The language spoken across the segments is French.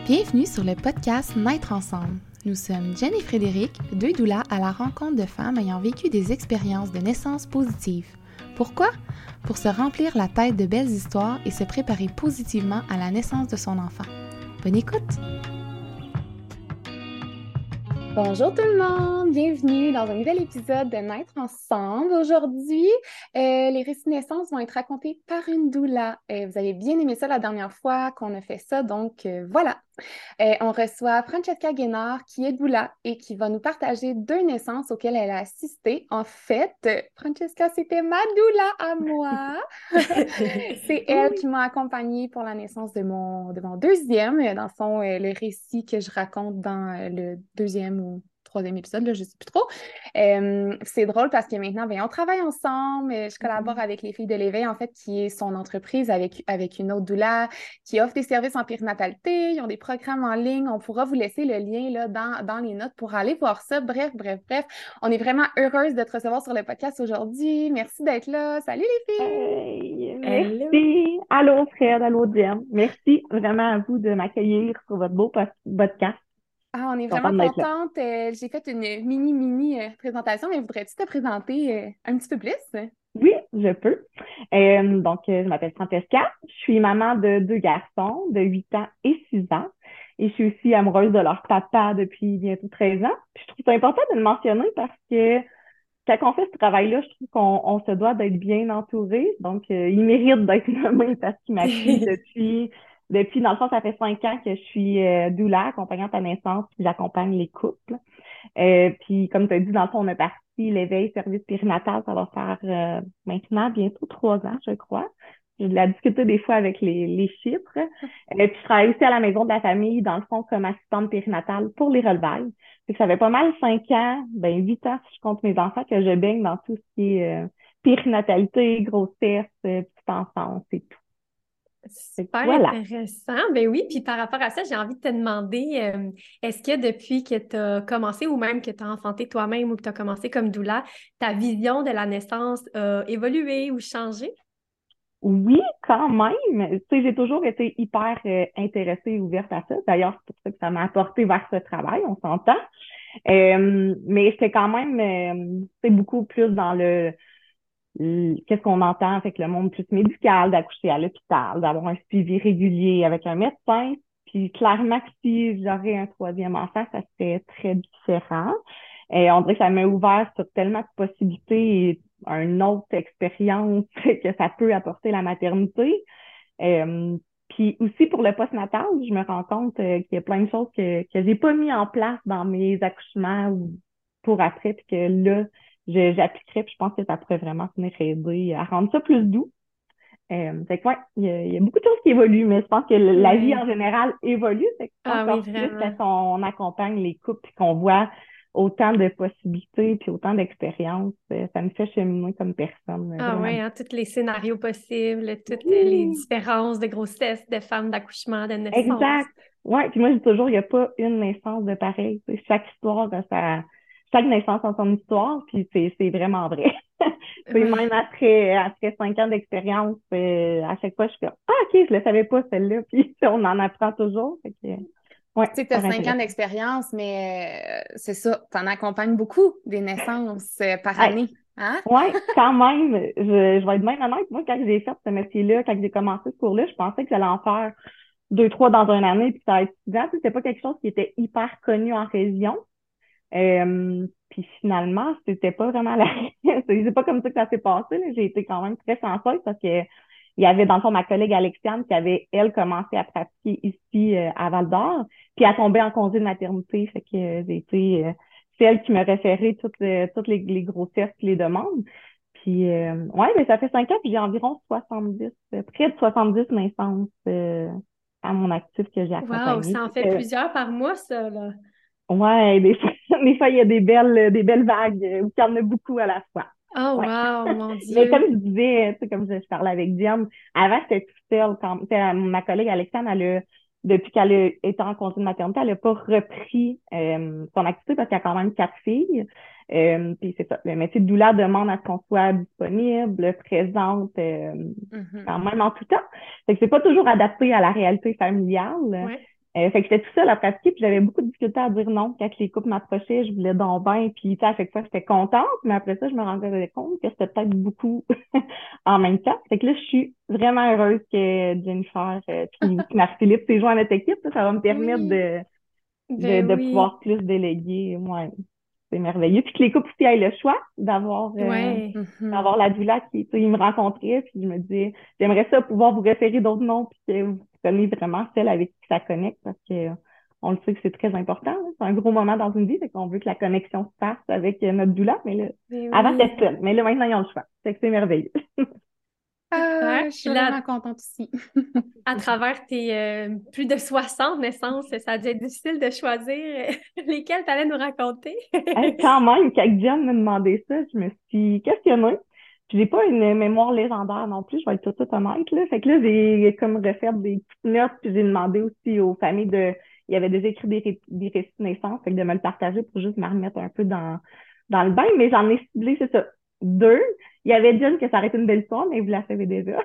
Bienvenue sur le podcast Naître ensemble. Nous sommes Jen et Frédéric, deux doulas à la rencontre de femmes ayant vécu des expériences de naissance positives. Pourquoi? Pour se remplir la tête de belles histoires et se préparer positivement à la naissance de son enfant. Bonne écoute! Bonjour tout le monde, bienvenue dans un nouvel épisode de Naître ensemble. Aujourd'hui, les récits de naissance vont être racontés par une doula. Vous avez bien aimé ça la dernière fois qu'on a fait ça, donc voilà. On reçoit Francesca Guénard, qui est doula et qui va nous partager deux naissances auxquelles elle a assisté. En fait, Francesca, c'était ma doula à moi. C'est elle qui m'a accompagnée pour la naissance de mon deuxième, dans le fond, le récit que je raconte dans le deuxième ou troisième épisode, là, je ne sais plus trop. C'est drôle parce que maintenant, on travaille ensemble. Je collabore avec les filles de l'éveil, en fait, qui est son entreprise avec une autre doula qui offre des services en périnatalité. Ils ont des programmes en ligne. On pourra vous laisser le lien là, dans les notes pour aller voir ça. Bref. On est vraiment heureuse de te recevoir sur le podcast aujourd'hui. Merci d'être là. Salut les filles! Hey, merci. Allô Fred, allô Jen. Merci vraiment à vous de m'accueillir sur votre beau podcast. Ah, on est vraiment Contente d'être là. contente. J'ai fait une mini présentation, mais voudrais-tu te présenter un petit peu plus? Oui, je peux. Je m'appelle Francesca. Je suis maman de deux garçons de 8 ans et 6 ans. Et je suis aussi amoureuse de leur papa depuis bientôt 13 ans. Puis je trouve ça important de le mentionner parce que quand on fait ce travail-là, je trouve qu'on se doit d'être bien entouré. Donc, il mérite d'être nommé parce qu'il m'appuie depuis, dans le fond, ça fait 5 ans que je suis doula, accompagnante à naissance, puis j'accompagne les couples. Puis, comme tu as dit, dans le fond, on a parti l'éveil service périnatal, ça va faire maintenant bientôt 3 ans, je crois. Je la discuté des fois avec les chiffres. Puis, je travaille aussi à la maison de la famille, dans le fond, comme assistante périnatale pour les relevailles. Fait que ça fait pas mal 5 ans, 8 ans si je compte mes enfants, que je baigne dans tout ce qui est périnatalité, grossesse, petite enfance et tout. Fait que Super voilà. intéressant. Ben oui, puis par rapport à ça, j'ai envie de te demander, est-ce que depuis que tu as commencé ou même que tu as enfanté toi-même ou que tu as commencé comme doula, ta vision de la naissance a évolué ou changé? Oui, quand même. Tu sais, j'ai toujours été hyper intéressée et ouverte à ça. D'ailleurs, c'est pour ça que ça m'a apporté vers ce travail, on s'entend. Mais j'étais quand même, tu sais, beaucoup plus dans qu'est-ce qu'on entend avec le monde plus médical, d'accoucher à l'hôpital, d'avoir un suivi régulier avec un médecin. Puis clairement que si j'aurais un troisième enfant, ça serait très différent. Et on dirait que ça m'a ouvert sur tellement de possibilités et une autre expérience que ça peut apporter la maternité. Euh, Puis aussi pour le postnatal, je me rends compte qu'il y a plein de choses que j'ai pas mis en place dans mes accouchements ou pour après, puis que là, j'appliquerais, puis je pense que ça pourrait vraiment venir aider à rendre ça plus doux. Fait que ouais, il y a beaucoup de choses qui évoluent, mais je pense que la vie en Oui. général évolue. Fait que Ah oui, encore plus vraiment. quand on accompagne les couples puis qu'on voit autant de possibilités puis autant d'expériences, ça me fait cheminer comme personne, Ah vraiment. oui, hein, tous les scénarios possibles, toutes les Oui, différences de grossesse, de femmes, d'accouchement, de naissance. exact. Ouais, puis moi je dis toujours, il n'y a pas une naissance de pareil. Tu sais, chaque histoire chaque naissance a son histoire, puis c'est vraiment vrai. C'est même Ouais. après 5 ans d'expérience, à chaque fois, je fais ah, OK, je le savais pas, celle-là, puis on en apprend toujours. Fait que, ouais, Tu sais que tu as super 5 ans intéressant. d'expérience, mais c'est ça, tu en accompagnes beaucoup des naissances par Hey, année. Hein? ouais, quand même, je vais être même honnête, moi, quand j'ai fait ce métier-là, quand j'ai commencé ce cours-là, je pensais que j'allais en faire deux, trois dans une année, puis ça va être suffisant. C'était pas quelque chose qui était hyper connu en région. Puis finalement, c'était pas vraiment la c'est pas comme ça que ça s'est passé, là. J'ai été quand même très chanceuse parce que il y avait dans le fond ma collègue Alexiane qui avait, elle, commencé à pratiquer ici à Val-d'Or, puis elle tombait en congé de maternité. Fait que j'ai été c'est elle qui me référait toutes les grossesses et les demandes. Puis ouais, mais ça fait 5 ans, puis j'ai environ 70, près de 70 naissances à mon actif que j'ai Wow, accompagné. ça en fait plusieurs par mois, ça, là. Ouais, des fois, des fois, il y a des belles vagues où il y en a beaucoup à la fois. Oh, Ouais. wow, mon Mais comme Dieu. je disais, tu sais, comme je parlais avec Diane, avant, c'était tout seul. Ma collègue Alexandre, depuis qu'elle a été en congé de maternité, elle n'a pas repris son activité parce qu'elle a quand même 4 filles. Puis c'est ça. Le métier de doula demande à ce qu'on soit disponible, présente, Mhm. quand même en tout temps. Fait que c'est pas toujours adapté à la réalité familiale. Ouais. Fait que j'étais toute seule à pratiquer, puis j'avais beaucoup de difficultés à dire non. Quand les couples m'approchaient, je voulais donc bien, puis tu sais, à chaque fois, j'étais contente, mais après ça, je me rendais compte que c'était peut-être beaucoup en même temps. Fait que là, je suis vraiment heureuse que Jennifer, puis Marie-Philippe s'est joint à notre équipe. Ça va me permettre Oui, ben de oui. pouvoir plus déléguer. Ouais, c'est merveilleux. Puis que les couples aussi aient le choix Ouais. Mhm. d'avoir la doula qui, tu sais, ils me rencontraient, puis je me disais, j'aimerais ça pouvoir vous référer d'autres noms, puis que vous prenez vraiment celle avec qui ça connecte, parce que on le sait que c'est très important, là. C'est un gros moment dans une vie, fait qu'on veut que la connexion se fasse avec notre doula, mais là, Ben avant, oui. c'était seul, mais là, maintenant, ils ont le choix. Fait que c'est merveilleux. Super. Je suis Puis là, vraiment contente aussi. à travers tes plus de 60 naissances, ça a dû être difficile de choisir lesquelles tu allais nous raconter. Hey, quand même, quand Jen m'a demandé ça, je me suis questionnée. Puis j'ai pas une mémoire légendaire non plus, je vais être toute honnête, là. Fait que là, j'ai comme refait des petites notes, puis j'ai demandé aussi aux familles de... Il y avait déjà écrit des récits de naissance, fait que de me le partager pour juste me remettre un peu dans le bain, mais j'en ai ciblé, c'est ça, deux. Il y avait Jen que ça aurait été une belle histoire, mais vous la savez déjà.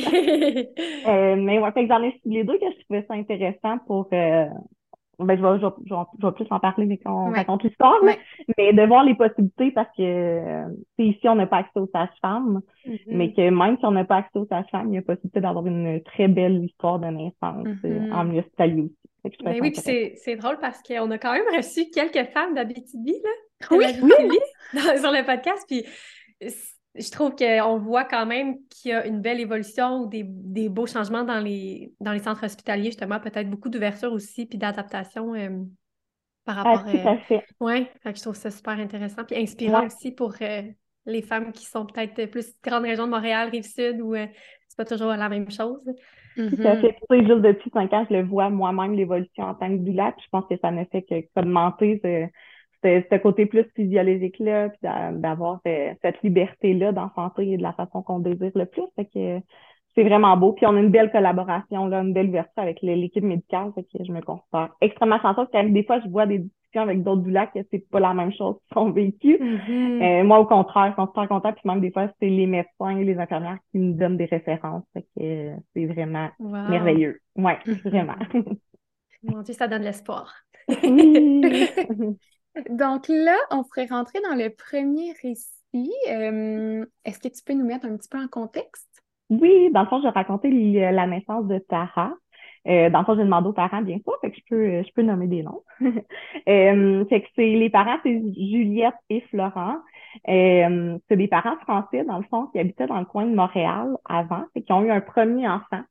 Mais ouais, fait que j'en ai ciblé deux que je trouvais ça intéressant pour, ben, je vais plus en parler mais quand on Ouais, raconte l'histoire, là. ouais. Mais de voir les possibilités parce que ici, on n'a pas accès aux sages-femmes, mais Mhm. que même si on n'a pas accès aux sages-femmes, il y a possibilité d'avoir une très belle histoire de naissance en Mhm. milieu hospitalier aussi. Fait que je trouvais Ben ça oui, puis intéressant. c'est drôle parce qu'on a quand même reçu quelques femmes d'Abitibi, là, Oui, Oui, d'Abitibi, sur le podcast, puis je trouve qu'on voit quand même qu'il y a une belle évolution ou des beaux changements dans les centres hospitaliers, justement, peut-être beaucoup d'ouverture aussi, puis d'adaptation par rapport... tout à fait. Ouais, fait que je trouve ça super intéressant, puis inspirant Ouais, aussi pour les femmes qui sont peut-être plus grande région de Montréal, Rive-Sud, où c'est pas toujours la même chose. tout à fait. Mhm. Puis, tu sais, juste depuis 5 ans, je le vois moi-même, l'évolution en tant que doula, puis je pense que ça ne fait que commenter ce côté plus physiologique-là, puis d'avoir cette liberté-là d'enfanter et de la façon qu'on désire le plus. Fait que c'est vraiment beau. Puis on a une belle collaboration, là, une belle ouverture avec l'équipe médicale. Fait que je me considère extrêmement chanceuse. Quand des fois, je vois des discussions avec d'autres doulas que c'est pas la même chose qu'ils ont vécu. Mhm. Moi, au contraire, ils sont super contents. Puis même des fois, c'est les médecins et les infirmières qui nous donnent des références. Fait que c'est vraiment Wow. merveilleux. Ouais, vraiment. Mhm. Mon Dieu, ça donne l'espoir. Oui. Donc là, on pourrait rentrer dans le premier récit. Est-ce que tu peux nous mettre un petit peu en contexte? Oui, dans le fond, je racontais la naissance de Tara. Dans le fond, j'ai demandé aux parents, bien sûr, fait que je peux nommer des noms. Fait que les parents, c'est Juliette et Florent. C'est des parents français, dans le fond, qui habitaient dans le coin de Montréal avant, et qui ont eu un premier enfant,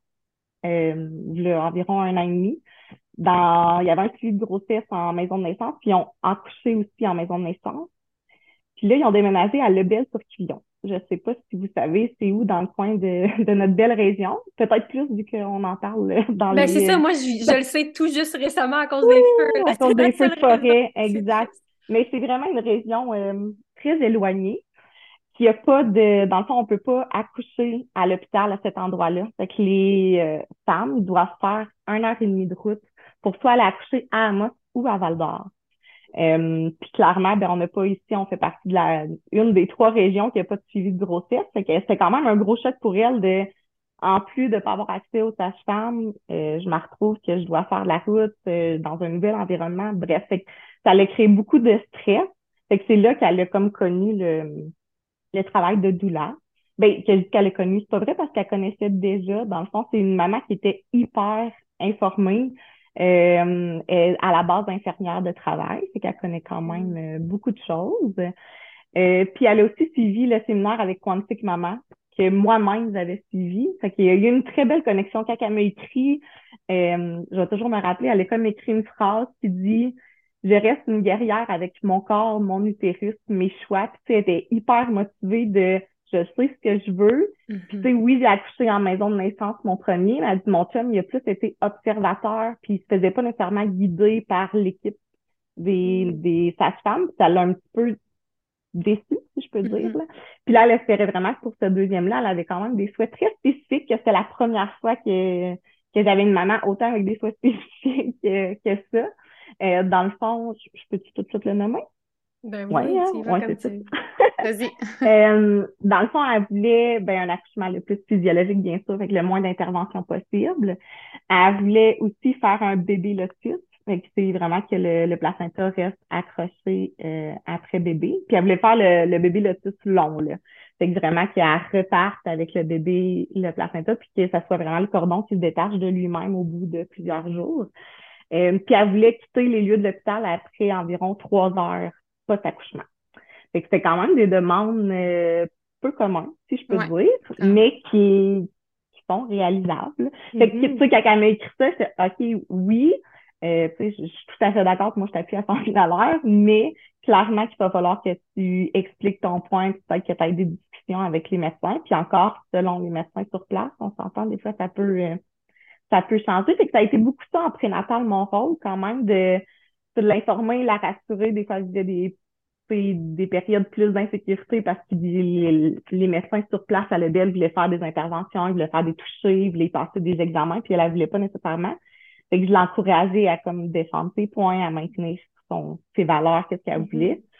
il y a environ 1 an et demi. Il y avait un suivi de grossesse en maison de naissance, puis ils ont accouché aussi en maison de naissance. Puis là, ils ont déménagé à Lebel-sur-Quillon. Je sais pas si vous savez, c'est où dans le coin de notre belle région. Peut-être plus vu qu'on en parle dans Ben, c'est ça, les... moi, je le sais tout juste récemment à cause des feux, là. à cause C'est la des feux seule de raison. forêt, C'est exact. triste. Mais c'est vraiment une région très éloignée, qui a pas de... Dans le fond, on peut pas accoucher à l'hôpital à cet endroit-là. Fait que les femmes doivent faire 1 heure et demie de route pour soit aller accoucher à Amos ou à Val-d'Or. Puis clairement, ben, on n'a pas ici, on fait partie de une des 3 régions qui n'a pas de suivi de grossesse. Fait que c'était quand même un gros choc pour elle en plus de ne pas avoir accès aux sages-femmes, je me retrouve que je dois faire la route dans un nouvel environnement. Bref, fait que ça a créé beaucoup de stress. Fait que c'est là qu'elle a comme connu le travail de doula. Ben, que je dis qu'elle a connu, c'est pas vrai parce qu'elle connaissait déjà. Dans le fond, c'est une maman qui était hyper informée. Elle, à la base infirmière de travail, c'est qu'elle connaît quand même Mm. beaucoup de choses. Puis elle a aussi suivi le séminaire avec Quantique Maman, que moi-même j'avais suivi. Fait qu'il y a eu une très belle connexion. Quand elle m'a écrit, je vais toujours me rappeler, elle a comme écrit une phrase qui dit je reste une guerrière avec mon corps, mon utérus, mes choix. Puis, tu sais, elle était hyper motivée de je sais ce que je veux. Puis, tu Mhm. sais, oui, j'ai accouché en maison de naissance mon premier, mais elle dit mon chum, il a plus été observateur, puis il se faisait pas nécessairement guider par l'équipe Mm. des sages-femmes. Puis ça l'a un petit peu déçue, si je peux dire, Mhm. là. Puis là, elle espérait vraiment que pour ce deuxième-là, elle avait quand même des souhaits très spécifiques, que c'était la première fois que j'avais une maman autant avec des souhaits spécifiques que ça. Dans le fond, je peux tout de suite le nommer? Ben Ouais, oui, hein? tu y vas Ouais, comme c'est ça. tu... Vas-y. Dans le fond, elle voulait un accouchement le plus physiologique, bien sûr, avec le moins d'intervention possible. Elle voulait aussi faire un bébé lotus. Fait que c'est vraiment que le placenta reste accroché après bébé. Puis elle voulait faire le bébé lotus long, là. Fait que vraiment qu'elle reparte avec le bébé, le placenta, puis que ça soit vraiment le cordon qui se détache de lui-même au bout de plusieurs jours. Puis elle voulait quitter les lieux de l'hôpital après environ 3 heures post-accouchement. Fait que c'était quand même des demandes peu communes, si je peux Ouais, dire, clairement. mais qui sont réalisables. Fait que, tu Mhm. sais, quand elle m'a écrit ça, c'est OK, oui, tu sais, je suis tout à fait d'accord que moi, je t'appuie à 100 000 à l'heure, mais clairement qu'il va falloir que tu expliques ton point, puis peut-être que tu aies des discussions avec les médecins. Puis encore, selon les médecins sur place, on s'entend, des fois, ça peut changer. Fait que ça a été beaucoup ça en prénatal, mon rôle, quand même, de l'informer, la rassurer. Des fois, il y a des périodes plus d'insécurité parce que les médecins sur place à l'EBEL voulaient faire des interventions, ils voulaient faire des touchés, ils voulaient passer des examens, puis elle ne voulait pas nécessairement. Fait que je l'encourageais à comme défendre ses points, à maintenir ses valeurs, qu'est-ce qu'elle Mhm. voulait.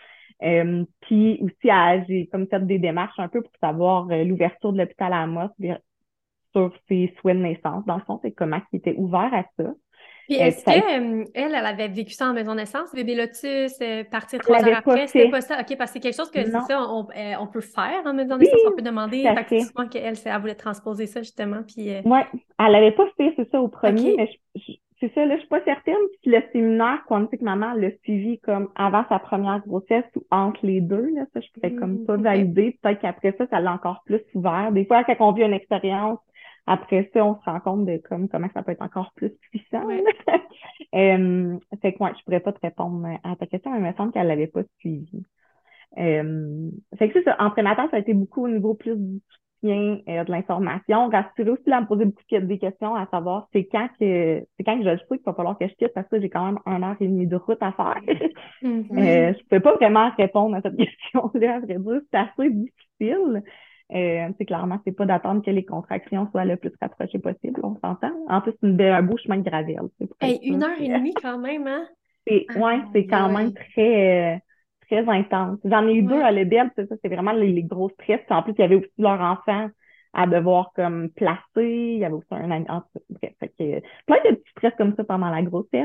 Puis aussi, j'ai comme fait des démarches un peu pour savoir l'ouverture de l'hôpital à Amos sur ses souhaits de naissance. Dans le fond, c'est comment il était ouvert à ça. Puis Puis est-ce ça, que elle avait vécu ça en maison de naissance, bébé lotus, partir elle 3 heures l'avait pas après? C'était fait. pas ça? OK, parce que c'est quelque chose que c'est Non. ça, on peut faire en maison de Oui, naissance, on peut tout demander. à Fait que c'est fait. souvent qu'elle, elle voulait transposer ça justement. Puis Ouais, elle l'avait pas fait, c'est ça, au premier, OK. mais c'est ça, là, je suis pas certaine si le séminaire Quantique Maman l'a suivi comme avant sa première grossesse ou entre les deux, là, ça, je pourrais comme pas OK. valider. Peut-être qu'après ça, ça l'a encore plus ouvert. Des fois, quand on vit une expérience, après ça, on se rend compte de comme comment ça peut être encore plus puissant, Ouais. là. Fait que, ouais, je pourrais pas te répondre à ta question, mais il me semble qu'elle l'avait pas suivi. Fait que c'est ça. En prénatal, ça a été beaucoup au niveau plus du soutien, de l'information. Rassurer aussi, là, me poser beaucoup des questions à savoir c'est quand que je sais qu'il va falloir que je quitte parce que j'ai quand même 1 heure et demie de route à faire. Mhm. Je pouvais pas vraiment répondre à cette question-là, à vrai dire. C'est assez difficile. C'est clairement, c'est pas d'attendre que les contractions soient le plus rapprochées possible, on s'entend. En plus, un beau chemin de gravelle, c'est pour être Hey, sûr. 1 heure et demie quand même, hein? C'est Aïe, quand même aïe. très intense. J'en ai eu deux Ouais. à l'EBEL, c'est vraiment les gros stress. Puis en plus, il y avait aussi leur enfant à devoir comme placer. Il y avait aussi bref, fait que, plein de petits stress comme ça pendant la grossesse.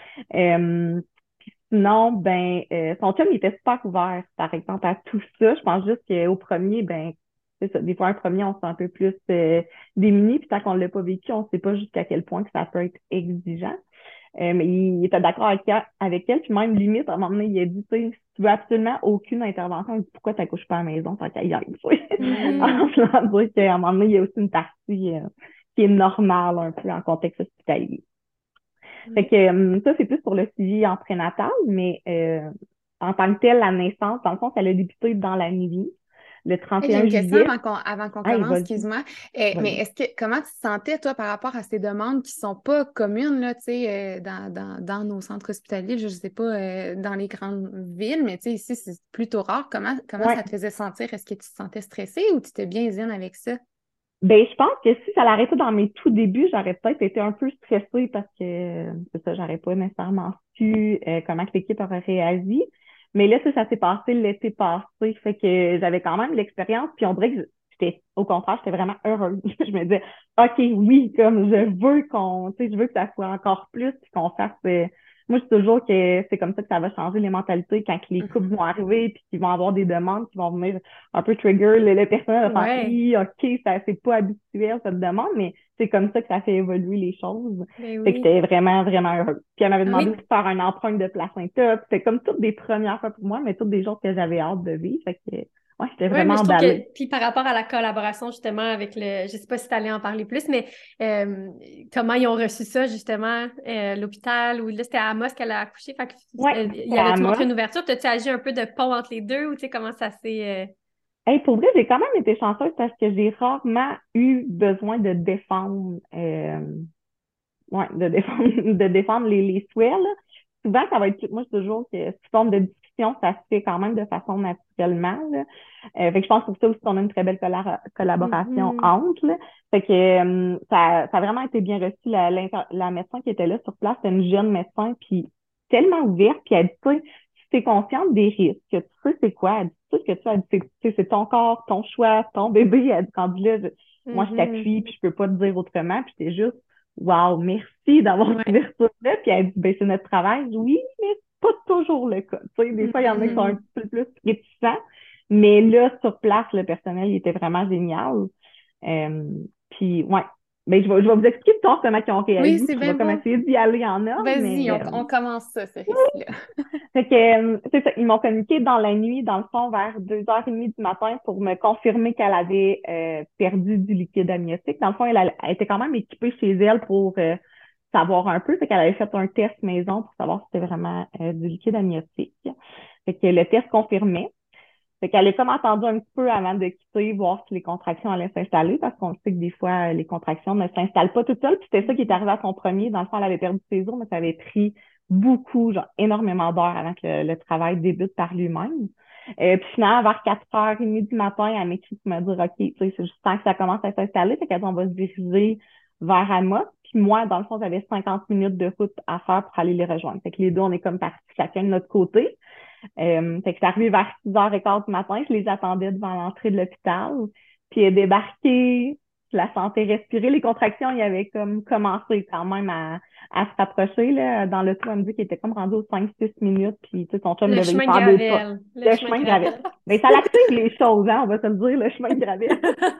Sinon, son chum, il était super ouvert, par exemple, à tout ça. Je pense juste qu'au premier, c'est ça. Des fois, un premier, on se sent un peu plus démuni, puis tant qu'on l'a pas vécu, on sait pas jusqu'à quel point que ça peut être exigeant. Mais il était d'accord avec elle, puis même limite, à un moment donné, il a dit, tu sais, si tu veux absolument aucune intervention, il dit, pourquoi t'accouches pas à la maison, tant qu'à y aller, tu sais. En Mhm. voulant dire qu'à un moment donné, il y a aussi une partie qui est normale un peu en contexte hospitalier. Fait Ouais. que ça, c'est plus pour le suivi en prénatal, mais en tant que tel, la naissance, dans le fond, ça a débuté dans la nuit, le Hey, j'ai 31 une question juillet. avant qu'on Hey, commence, vas-y, excuse-moi. Mais vas-y. comment tu te sentais, toi, par rapport à ces demandes qui sont pas communes, là, tu sais, dans nos centres hospitaliers, je sais pas, dans les grandes villes, mais tu sais, ici, c'est plutôt rare. Comment Ouais. ça te faisait sentir? Est-ce que tu te sentais stressée ou tu étais bien zen avec ça? Je pense que si ça l'arrêtait dans mes tout débuts, j'aurais peut-être été un peu stressée parce que c'est ça, j'aurais pas nécessairement su comment que l'équipe aurait réagi. Mais là, ça s'est passé l'été passé, fait que j'avais quand même l'expérience, puis on dirait que au contraire, j'étais vraiment heureuse. Je me disais, OK, oui, comme je veux que ça soit encore plus, puis qu'on fasse. Moi, je dis toujours que c'est comme ça que ça va changer les mentalités quand les couples Mhm. vont arriver, puis qu'ils vont avoir des demandes qui vont venir un peu trigger le personnel va faire Ouais. oui, OK, ça c'est pas habituel cette demande, mais c'est comme ça que ça fait évoluer les choses. Ben Fait que oui. j'étais vraiment, vraiment heureuse. Puis elle m'avait demandé Oui. aussi de faire une empreinte de placenta. Puis c'était comme toutes des premières fois pour moi, mais toutes des choses que j'avais hâte de vivre. Fait que ouais, j'étais Oui, vraiment mais je trouve emballée. que, puis par rapport à la collaboration justement avec je sais pas si tu allais en parler plus, mais euh, comment ils ont reçu ça justement, l'hôpital, ou là c'était à Amos qu'elle a accouché, fait que, Ouais, il c'était à avait-tu montré moi. une ouverture? T'as-tu agi un peu de pont entre les deux ou tu sais comment ça s'est... Hey, pour vrai, j'ai quand même été chanceuse parce que j'ai rarement eu besoin de défendre ouais, de défendre, de défendre les souhaits, là. Souvent, ça va être, moi, je dis toujours que cette forme de discussion, ça se fait quand même de façon naturellement, là. Fait que je pense pour ça aussi qu'on a une très belle collaboration Mhm. entre, là. Fait que ça a vraiment été bien reçu. La médecin qui était là sur place, c'était une jeune médecin, puis tellement ouverte, puis elle dit, tu sais, tu es consciente des risques, que tu sais c'est quoi. Elle dit, tout ce que tu as dit, c'est ton corps, ton choix, ton bébé. Elle dit, rendu là, moi, je Mhm. t'appuie, puis je peux pas te dire autrement. Puis j'étais juste, wow, merci d'avoir cette Ouais. ouverture-là. Puis elle dit, ben, c'est notre travail. Oui, mais c'est pas toujours le cas. Tu sais, des fois, il y en a qui sont un Mhm. petit peu plus réticents. Mais là, sur place, le personnel, il était vraiment génial. Euh, puis, ouais. Ben, je vais vous expliquer plus tard comment ils ont Oui, réagi, c'est puis je bien vais comme bon. essayer d'y aller en ordre, Vas-y, mais on commence ça, ce récit-là. fait que, c'est ça, ils m'ont communiqué dans la nuit, dans le fond, vers 2h30 du matin pour me confirmer qu'elle avait perdu du liquide amniotique. Dans le fond, elle était quand même équipée chez elle pour savoir un peu. Fait qu'elle avait fait un test maison pour savoir si c'était vraiment du liquide amniotique. Fait que le test confirmait. Fait qu'elle a comme attendu un petit peu avant de quitter, voir si les contractions allaient s'installer, parce qu'on sait que des fois, les contractions ne s'installent pas toutes seules. Puis c'était ça qui est arrivé à son premier. Dans le fond, elle avait perdu ses os, mais ça avait pris beaucoup, genre énormément d'heures avant que le travail débute par lui-même. Puis finalement, vers 4h30 du matin, elle m'écrit pour me dire, OK, tu sais, c'est juste temps que ça commence à s'installer. Fait qu'elle dit, on va se diriger vers Amos. Puis moi, dans le fond, j'avais 50 minutes de route à faire pour aller les rejoindre. Fait que les deux, on est comme partis chacun de notre côté. Fait que c'est arrivé vers 6h15 du matin, je les attendais devant l'entrée de l'hôpital. Puis elle est débarquée, je la sentais respirer. Les contractions, il avait comme commencé quand même à se rapprocher. Là. Dans le tour, elle me dit qu'il était comme rendu aux 5-6 minutes. Puis tu sais, son chum Le devait y chemin de faire des pas. Gravel. Le Le chemin de chemin de gravel. Gravel. Mais ça l'active les choses, hein, on va se le dire, le chemin de gravel.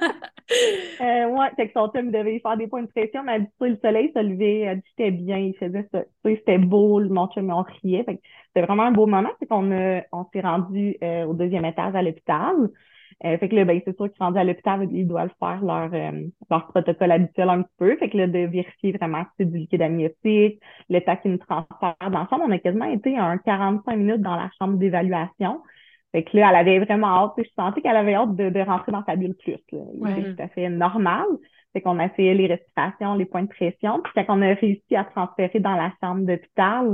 Ouais, fait que son chum devait y faire des points de pression, mais elle dit, tu sais, le soleil se levait, elle dit, j'étais bien, il faisait ça, tu sais, c'était beau, mon chum, on riait, fait que c'était vraiment un beau moment, c'est on s'est rendu au deuxième étage à l'hôpital, fait que là, ben, c'est sûr qu'ils sont rendus à l'hôpital, ils doivent faire leur protocole habituel un petit peu, fait que là, de vérifier vraiment si c'est du liquide amniotique, l'état qui nous transfère. Dans le fond, on a quasiment été un 45 minutes dans la chambre d'évaluation. Fait que là, elle avait vraiment hâte. Je sentais qu'elle avait hâte de rentrer dans sa bulle plus. Là. Ouais. C'est tout à fait normal. Fait qu'on a essayé les respirations, les points de pression. Puis quand on a réussi à transférer dans la chambre d'hôpital,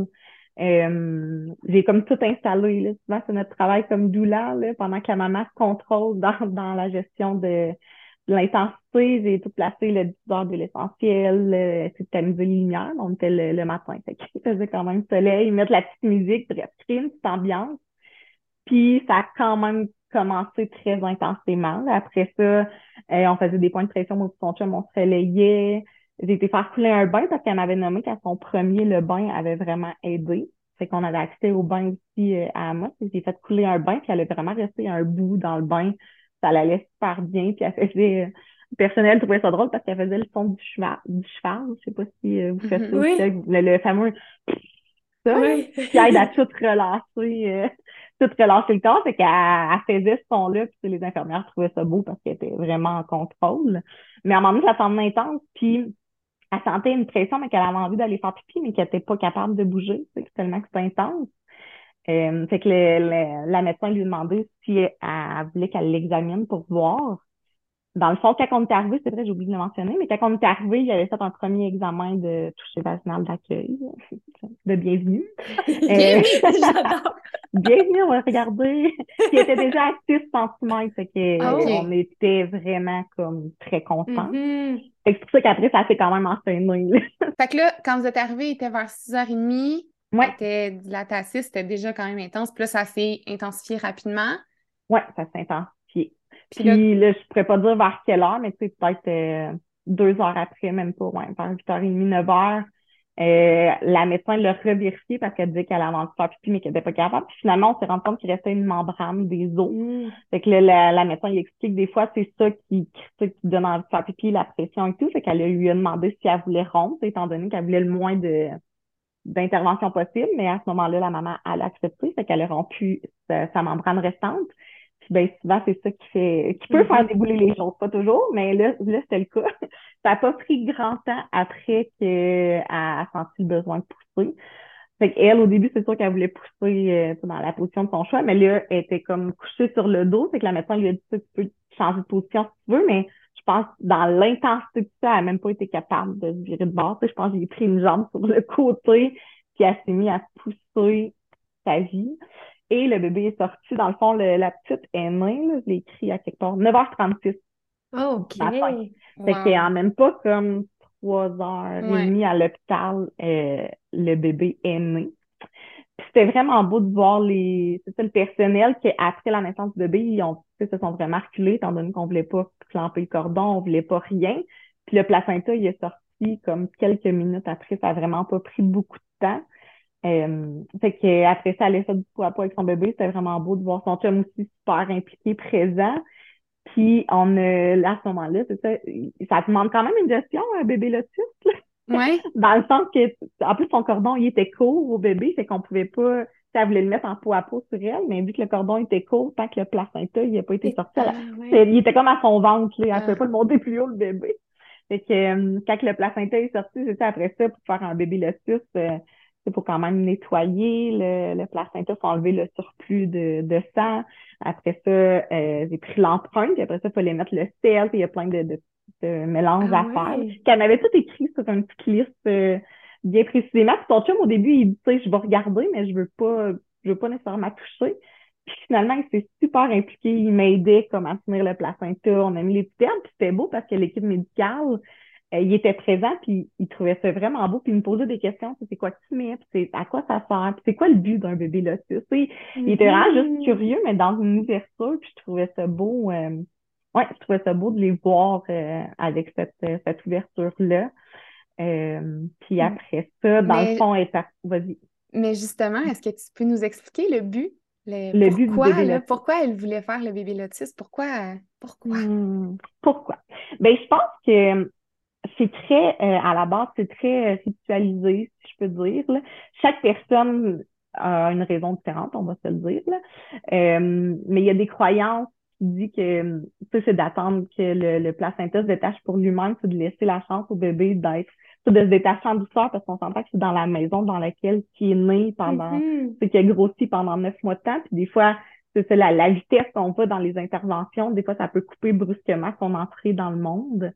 j'ai comme tout installé. Là. Souvent, c'est notre travail comme doula, là, pendant que la maman se contrôle dans la gestion de l'intensité. J'ai tout placé le diffuseur de l'essentiel, essayer de tamiser les lumières. On était le matin. Fait qu'il faisait quand même soleil, mettre la petite musique, bref, créer une petite ambiance. Puis ça a quand même commencé très intensément. Là. Après ça, on faisait des points de pression, moi et son chum, on se relayait. J'ai été faire couler un bain parce qu'elle m'avait nommé qu'à son premier, le bain avait vraiment aidé. Fait qu'on avait accès au bain aussi à Amos. J'ai fait couler un bain, puis elle a vraiment resté un bout dans le bain. Ça l'allait super bien, puis elle faisait... le personnel trouvait ça drôle parce qu'elle faisait le son du cheval. Du cheval. Je sais pas si vous faites ça aussi, là, Oui, le fameux ça, oui. qui aide à tout relâcher le corps. Fait qu'elle faisait ce son-là, puis les infirmières trouvaient ça beau parce qu'elle était vraiment en contrôle. Mais à un moment donné, ça semblait intense, puis elle sentait une pression, mais qu'elle avait envie d'aller faire pipi, mais qu'elle n'était pas capable de bouger, c'est tellement que c'était intense. Fait que la médecin lui demandait si elle voulait qu'elle l'examine pour voir. Dans le fond, quand on est arrivé, c'est vrai, j'ai oublié de le mentionner, mais quand on est arrivé, il avait fait un premier examen de toucher vaginal d'accueil, de bienvenue. Euh, Bienvenue, j'adore. bienvenue, on va regarder. Puis il était déjà à 6 centimètres, fait que Oh. on était vraiment comme très contents. Mhm. Fait que c'est pour ça qu'après, ça s'est quand même enchaîné. Là. Fait que là, quand vous êtes arrivé, il était vers 6h30, elle Ouais, était dilatée, c'était déjà quand même intense, puis là, ça s'est intensifié rapidement. ouais, ça s'est intensifié. Puis là, Puis là, je pourrais pas dire vers quelle heure, mais tu sais, peut-être 2 heures après, même pas, ouais, vers 8h30, 9h. La médecin l'a revérifié parce qu'elle disait qu'elle avait envie de faire pipi, mais qu'elle n'était pas capable. Puis finalement, on s'est rendu compte qu'il restait une membrane des os. Mm. Fait que là, la médecin, il explique des fois, c'est ça qui donne envie de faire pipi, la pression et tout. Fait qu'elle lui a demandé si elle voulait rompre, étant donné qu'elle voulait le moins d'intervention possible. Mais à ce moment-là, la maman, elle a accepté. Fait qu'elle a rompu sa membrane restante. Puis ben, souvent, c'est ça qui peut faire Mhm. débouler les choses. Pas toujours, mais là c'était le cas. Ça n'a pas pris grand temps après qu'elle a senti le besoin de pousser. Fait qu'elle, au début, c'est sûr qu'elle voulait pousser dans la position de son choix, mais là, elle était comme couchée sur le dos. Fait que la médecin lui a dit ça, tu peux changer de position si tu veux, mais je pense dans l'intensité de ça, elle n'a même pas été capable de se virer de bord. Tu sais, je pense que j'ai pris une jambe sur le côté, puis elle s'est mise à pousser sa vie. Et le bébé est sorti. Dans le fond, la petite est née, là, je l'ai écrit à quelque part, 9h36 du OK. matin. Fait wow. qu'en même pas comme 3 heures et Ouais. demie à l'hôpital, le bébé est né. Puis c'était vraiment beau de voir c'est ça, le personnel qui, après la naissance du bébé, tu sais, se sont vraiment reculés, étant donné qu'on voulait pas clamper le cordon, on voulait pas rien. Puis le placenta, il est sorti comme quelques minutes après, ça a vraiment pas pris beaucoup de temps. Fait que après ça, elle a fait du pot à pot avec son bébé, c'était vraiment beau de voir son chum aussi super impliqué, présent. Puis là, à ce moment-là, c'est ça, ça demande quand même une gestion, un bébé lotus, là. Ouais. Dans le sens que, en plus, son cordon, il était court au bébé, fait qu'on pouvait pas, ça voulait le mettre en pot à pot sur elle, mais vu que le cordon était court, tant que le placenta, il n'a pas été sorti, Ah, ouais. il était comme à son ventre, là, elle pouvait Ah. pas le monter plus haut, le bébé. Fait que, quand le placenta est sorti, c'est ça, après ça, pour faire un bébé lotus, il faut quand même nettoyer le placenta, faut enlever le surplus de sang. Après ça, j'ai pris l'empreinte, puis après ça, il fallait mettre le sel, puis il y a plein de mélanges Ah à faire. ouais. Puis elle m'avait tout écrit sur une petite liste bien précisément. Puis son chum, au début, il dit, tu sais, je vais regarder, mais je veux pas nécessairement toucher. Puis finalement, il s'est super impliqué. Il m'aidait comme à tenir le placenta. On a mis les petits termes, puis c'était beau parce que l'équipe médicale, il était présent, puis il trouvait ça vraiment beau, puis il me posait des questions, tu sais, c'est quoi que tu mets, puis c'est à quoi ça sert, puis c'est quoi le but d'un bébé lotus. Tu sais, il était vraiment juste Mhm. curieux, mais dans une ouverture, puis je trouvais ça beau. Ouais, je trouvais ça beau de les voir avec cette ouverture-là. Puis après ça, dans le Mais, fond, vas-y, mais justement, est-ce que tu peux nous expliquer le but? le but du bébé Pourquoi, là? lotus. Pourquoi elle voulait faire le bébé lotus? Pourquoi? Pourquoi? Ben, je pense que c'est très, à la base, c'est très ritualisé, si je peux dire, là. Chaque personne a une raison différente, on va se le dire, là. Mais il y a des croyances qui disent que, tu sais, c'est d'attendre que le placenta se détache pour lui-même, c'est de laisser la chance au bébé de se détacher en douceur, parce qu'on s'entend que c'est dans la maison dans laquelle il est né Mhm. c'est qu'il a grossi pendant 9 mois de temps, puis des fois, c'est ça, la vitesse qu'on va dans les interventions, des fois, ça peut couper brusquement son entrée dans le monde.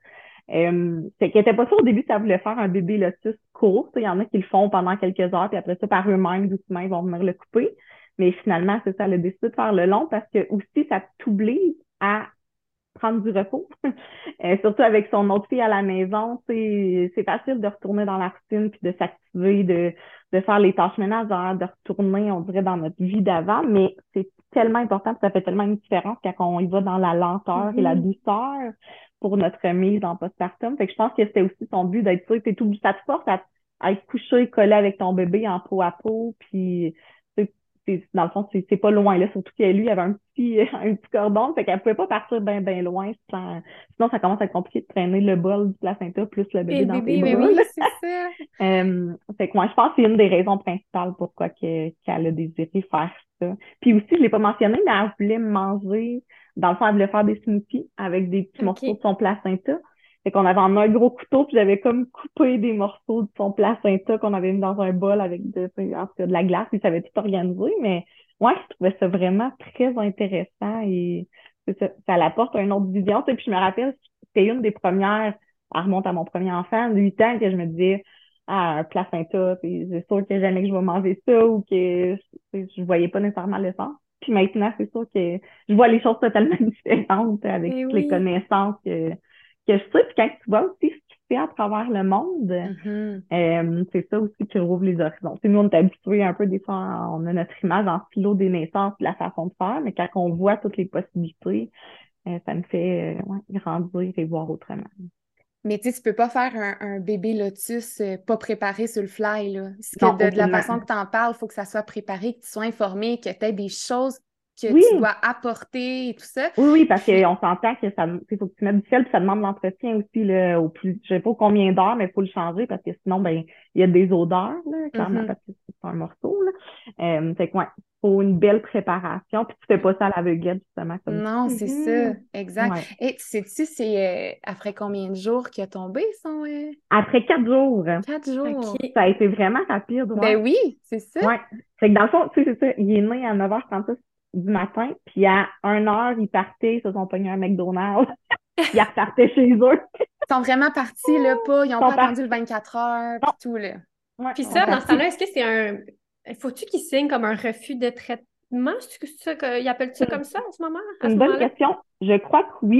Fait qu'elle était pas sûre au début si elle voulait faire un bébé lotus court. Il y en a qui le font pendant quelques heures, puis après ça, par eux-mêmes, doucement, ils vont venir le couper. Mais finalement, c'est ça, elle a décidé de faire le long parce que aussi, ça t'oblige à prendre du repos. Surtout avec son autre fille à la maison, c'est facile de retourner dans la routine puis de s'activer, de faire les tâches ménagères, de retourner, on dirait, dans notre vie d'avant, mais c'est tellement important, puis ça fait tellement une différence quand on y va dans la lenteur et la Mhm. douceur pour notre mise en postpartum. Fait que je pense que c'était aussi son but d'être sûr que t'es tout, ça te force à être couché, collé avec ton bébé en peau à peau, puis dans le fond, c'est pas loin, là. Surtout que lui, il avait un petit cordon, fait qu'elle pouvait pas partir bien loin. Sinon, ça commence à être compliqué de traîner le bol du placenta plus le Et bébé le dans ses bébé, mais bras, oui. Oui, là. c'est ça. Fait que moi, je pense que c'est une des raisons principales pourquoi qu'elle a désiré faire ça. Puis aussi, je l'ai pas mentionné, mais elle voulait manger. Dans le fond, elle voulait faire des smoothies avec des petits morceaux de OK. son placenta. Fait qu'on avait emmené un gros couteau, puis j'avais comme coupé des morceaux de son placenta qu'on avait mis dans un bol avec en tout cas, de la glace, puis ça avait tout organisé. Mais ouais, je trouvais ça vraiment très intéressant et ça l'apporte une autre vision. Tu sais, puis je me rappelle, c'était une des premières, elle remonte à mon premier enfant, de 8 ans, que je me disais, ah, un placenta, puis c'est sûr que jamais que je vais manger ça ou que je voyais pas nécessairement le sens. Puis maintenant, c'est sûr que je vois les choses totalement différentes avec Mais toutes les oui. connaissances que je sais. Puis quand tu vois aussi ce qui se fait à travers le monde, Mhm. c'est ça aussi qui rouvre les horizons. Tu sais, nous, on est habitués un peu, des fois, on a notre image en stylo des naissances, de la façon de faire, mais quand on voit toutes les possibilités, ça nous fait ouais, grandir et voir autrement. Mais tu sais, tu peux pas faire un bébé lotus pas préparé sur le fly, là. Parce que Non, de la aucunement. façon que tu en parles, il faut que ça soit préparé, que tu sois informé, que tu aies des choses que Oui, tu dois apporter et tout ça. oui, parce Puis, qu'on s'entend que ça, il faut que tu mettes du sel, puis ça demande l'entretien aussi, là, au plus, je sais pas combien d'heures, mais il faut le changer parce que sinon, ben, il y a des odeurs, là, clairement, mhm. parce que c'est un morceau, là. Fait que, ouais, faut une belle préparation, puis tu fais pas ça à l'aveuglette, justement, comme Non, c'est ça, Mhm. exact. ouais. Et tu sais-tu, c'est après combien de jours qu'il a tombé son Après 4 jours, 4 jours? OK. ça a été vraiment rapide, Ben ouais. oui, c'est ça. Ouais. Fait que dans le fond, tu sais, c'est ça, il est né à 9h36 du matin, puis à 1h, il partait, ils se sont pognés un McDonald's, puis ils repartaient chez eux. Ils sont vraiment partis, là, pas, ils Ils n'ont sont pas attendu partis. le 24 heures, Non, puis tout, là. ouais, Puis Ils sont ça, dans ce temps-là, partis. est-ce que c'est un... Faut-tu qu'il signe comme un refus de traitement? C'est ça qu'ils appellent ça comme ça à c'est ce une bonne moment-là? question. Je crois que oui.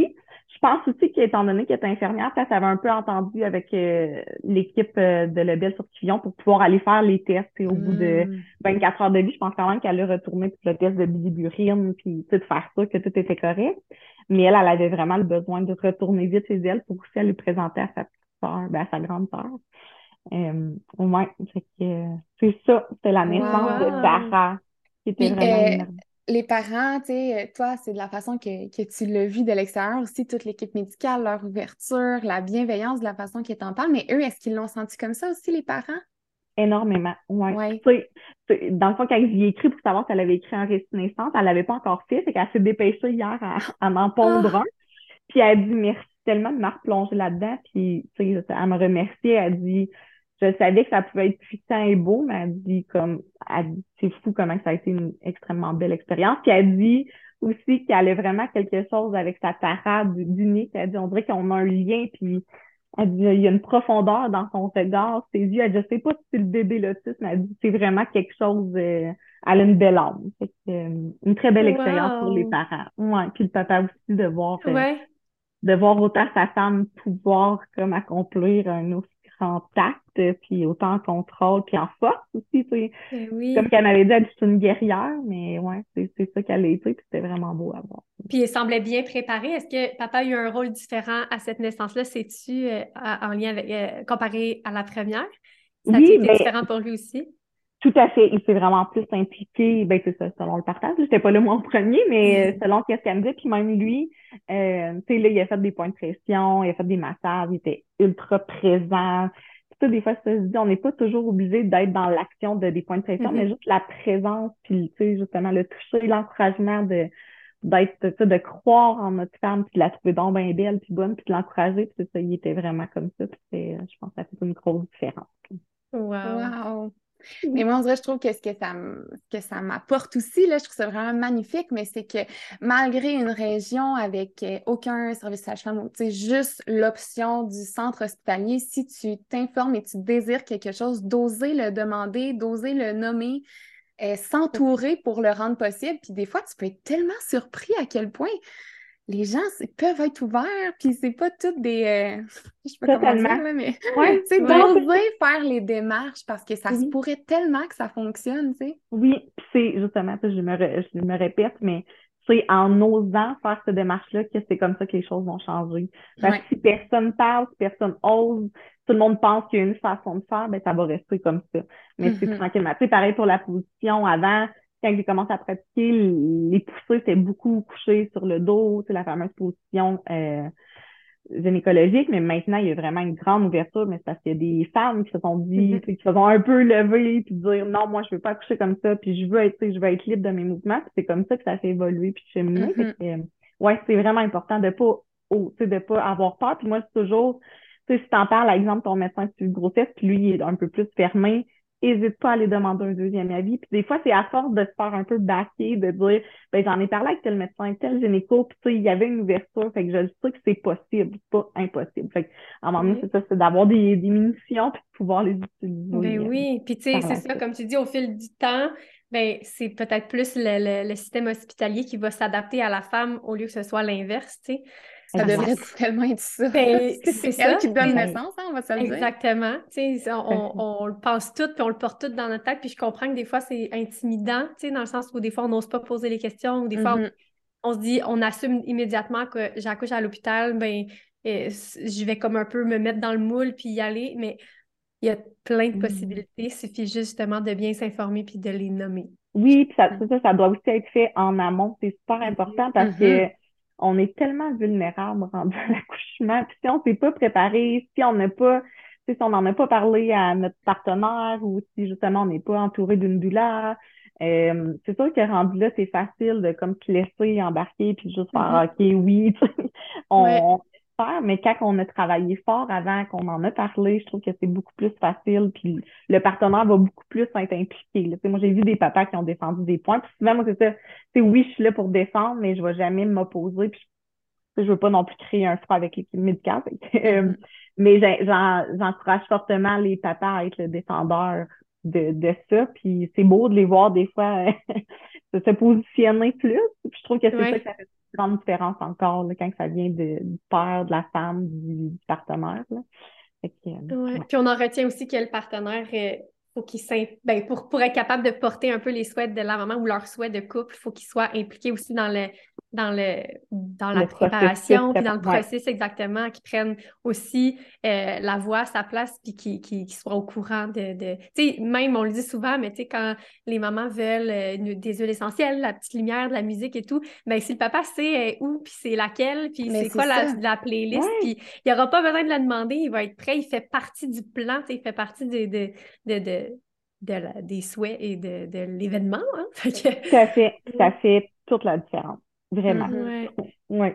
Je pense aussi qu'étant donné qu'elle était infirmière, peut-être elle avait un peu entendu avec l'équipe de Lebel sur Quillon pour pouvoir aller faire les tests. Et au bout de Hmm. 24 heures de vie, je pense quand même qu'elle allait retourner pour le test de bilirubine, puis de faire ça, que tout était correct. Mais elle avait vraiment le besoin de retourner vite chez elle pour aussi aller présenter à sa petite sœur, ben, à sa grande sœur. Ouais, fait que, c'est ça, c'était la naissance de Wow! Sarah, qui était Puis vraiment énervée. les parents, tu sais, toi, c'est de la façon que tu l'as vu de l'extérieur aussi, toute l'équipe médicale, leur ouverture, la bienveillance, de la façon qu'ils t'en parlent. Mais eux, est-ce qu'ils l'ont senti comme ça aussi, les parents? Énormément, ouais. Oui. Tu sais, dans le fond, quand j'y ai écrit pour savoir si elle avait écrit un récit de naissance, elle l'avait pas encore fait, fait qu'elle s'est dépêchée hier à m'en pondre un. Ah! Puis elle a dit merci tellement de me replonger là-dedans. Puis, tu sais, elle me remerciait. Elle dit, je savais que ça pouvait être puissant et beau, mais elle dit, c'est fou comment ça a été une extrêmement belle expérience. Puis elle dit aussi qu'elle a vraiment quelque chose avec sa parade d'unique. Elle dit, on dirait qu'on a un lien, puis elle dit, il y a une profondeur dans son regard, ses yeux. Elle dit, je sais pas si c'est le bébé l'autisme, mais elle dit, c'est vraiment quelque chose, elle a une belle âme. Fait que, une très belle expérience pour les Wow! parents. Ouais, puis le papa aussi Ouais. de voir autant sa femme pouvoir comme accomplir un aussi grand acte, puis autant en contrôle, puis en force aussi, tu sais. Ben Comme oui. qu'elle m'avait dit, elle est une guerrière, mais ouais, c'est ça qu'elle a été, puis c'était vraiment beau à voir. Puis il semblait bien préparé. Est-ce que papa a eu un rôle différent à cette naissance-là? C'est-tu en lien avec, comparé à la première? Ça a-tu Oui, été ben différent pour lui aussi? tout à fait. Il s'est vraiment plus impliqué. Ben, c'est ça, selon le partage. J'étais pas là, moi, en premier, mais selon ce qu'elle me dit. Puis même lui, tu sais, là, il a fait des points de pression, il a fait des massages, il était ultra présent. Puis ça, des fois, ça se dit, on n'est pas toujours obligé d'être dans l'action des points de pression, mais Mhm. juste la présence, puis, tu sais, justement, le toucher, l'encouragement d'être, tu sais, de croire en notre femme, puis de la trouver donc bien belle, puis bonne, puis de l'encourager. Puis c'est ça, il était vraiment comme ça. Puis je pense que ça fait une grosse différence. Wow. Wow! Mais moi, on dirait, je trouve que ce que ça m'apporte aussi, là, je trouve ça vraiment magnifique, mais c'est que malgré une région avec aucun service sage-femme, ou, tu sais, juste l'option du centre hospitalier, si tu t'informes et tu désires quelque chose, d'oser le demander, d'oser le nommer, s'entourer pour le rendre possible. Puis des fois, tu peux être tellement surpris à quel point les gens peuvent être ouverts, puis c'est pas toutes des... je sais pas comment dire, Totalement. là, mais Ouais, c'est non, Ouais. d'oser faire les démarches parce que ça se oui. pourrait tellement que ça fonctionne, tu sais. Oui, puis c'est justement, ça, je me répète, mais c'est en osant faire cette démarche-là que c'est comme ça que les choses vont changer. Parce que Ouais. si personne parle, si personne ose, tout le monde pense qu'il y a une façon de faire, ben ça va rester comme ça. Mais c'est Mhm. tranquillement. Tu sais, pareil pour la position. Avant, quand j'ai commencé à pratiquer, les poussées, c'était beaucoup couché sur le dos, c'est la fameuse position gynécologique, mais maintenant, il y a vraiment une grande ouverture, mais c'est parce qu'il y a des femmes qui se sont dit, tu Mhm. sais, qui se sont un peu levées, puis dire, non, moi, je veux pas accoucher comme ça, puis je veux être, tu sais, je veux être libre de mes mouvements, puis c'est comme ça que ça fait évoluer, puis cheminer. Fait Mhm. que, ouais, c'est vraiment important de pas, tu sais, de pas avoir peur. Puis moi, c'est toujours, tu sais, si t'en parles, par exemple, ton médecin de suivi de grossesse, puis lui, il est un peu plus fermé, hésite pas à aller demander un deuxième avis. Puis des fois, c'est à force de se faire un peu baquer, de dire, ben, j'en ai parlé avec tel médecin, tel gynéco, puis tu sais, il y avait une ouverture, fait que je sais que c'est possible, pas impossible. Fait que, à un moment donné, c'est Oui. ça, c'est d'avoir des munitions, puis de pouvoir les Ben utiliser oui. Puis tu sais, par c'est la ça, suite. comme tu dis, au fil du temps, ben c'est peut-être plus le système hospitalier qui va s'adapter à la femme au lieu que ce soit l'inverse, tu sais. Ça Parce que Exact. devrait tellement être ça. ben, c'est C'est elle ça. qui donne Ben, naissance, hein, on va se le dire. Exactement. Tu sais, tout à fait. on le pense tout, puis on le porte tout dans notre tête, puis je comprends que des fois, c'est intimidant, tu sais, dans le sens où des fois, on n'ose pas poser les questions, ou des fois, Mhm. on se dit, on assume immédiatement que j'accouche à l'hôpital, ben, je vais comme un peu me mettre dans le moule, puis y aller, mais il y a plein de Mhm. possibilités, il suffit justement de bien s'informer, puis de les nommer. Oui, puis ça, ça doit aussi être fait en amont. C'est super Mhm. important parce que Mhm. on est tellement vulnérable rendu à l'accouchement. Puis si on s'est pas préparé, si on n'a pas, tu sais, si on n'en a pas parlé à notre partenaire ou si justement on n'est pas entouré d'une doula, c'est sûr que rendu là, c'est facile de comme se laisser embarquer puis juste faire Mhm. OK, oui, tu sais, Ouais. on faire, mais quand on a travaillé fort avant, qu'on en a parlé, je trouve que c'est beaucoup plus facile. Puis le partenaire va beaucoup plus être impliqué. Là. Tu sais, moi, j'ai vu des papas qui ont défendu des points. Puis souvent, moi, c'est ça. Tu sais, oui, je suis là pour défendre, mais je vais jamais m'opposer. Puis je veux pas non plus créer un froid avec l'équipe médicale. Mhm. Mais j'encourage fortement les papas à être le défendeur de ça. Puis c'est beau de les voir des fois se positionner plus. Puis je trouve que c'est ça que Ouais. ça fait une grande différence encore là, quand ça vient du père, de la femme, du partenaire. Là. Fait que, Ouais. ouais. Puis on en retient aussi que le partenaire, faut qu'il ben, pour être capable de porter un peu les souhaits de la maman ou leurs souhaits de couple, il faut qu'il soit impliqué aussi dans la Le processus, préparation, puis dans le ouais. processus exactement, qu'ils prennent aussi la voix à sa place, puis qu'ils soient au courant Tu sais, même, on le dit souvent, mais tu sais, quand les mamans veulent des huiles essentielles, la petite lumière, de la musique et tout, ben si le papa sait où, puis c'est laquelle, puis Mais c'est c'est quoi ça. la playlist, Ouais, puis il n'aura pas besoin de la demander, il va être prêt, il fait partie du plan, tu sais, il fait partie de, de, des souhaits et de l'événement. Hein? Fait que, ça fait toute la différence. Vraiment. Mhm. ouais. Ouais.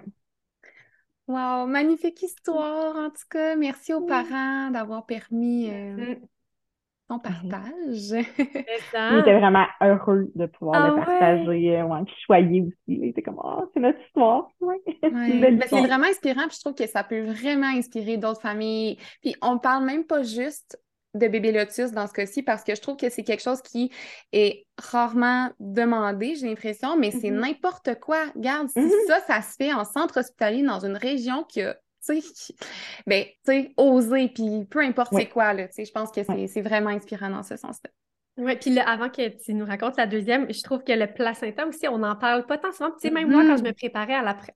Wow, magnifique histoire en tout cas. Merci aux Ouais. parents d'avoir permis Mhm. ton Mhm. partage. C'est Il était ça. vraiment heureux de pouvoir le Ah ouais. partager, ouais, puis choyé aussi. Il était comme, oh, c'est notre histoire. Ouais. C'est une Ouais. belle Ben, c'est histoire. vraiment inspirant, puis je trouve que ça peut vraiment inspirer d'autres familles. Puis on parle même pas juste de bébé lotus dans ce cas-ci, parce que je trouve que c'est quelque chose qui est rarement demandé, j'ai l'impression, mais c'est Mhm. n'importe quoi. Regarde, si Mhm. ça se fait en centre hospitalier dans une région qui a, tu sais, ben, tu sais, osé, puis peu importe c'est Ouais, quoi, là, tu sais, je pense que ouais. c'est vraiment inspirant dans ce sens-là. Oui, puis avant que tu nous racontes la deuxième, je trouve que le placenta aussi, on n'en parle pas tant souvent. Puis, tu sais, même moi, quand je me Mhm. préparais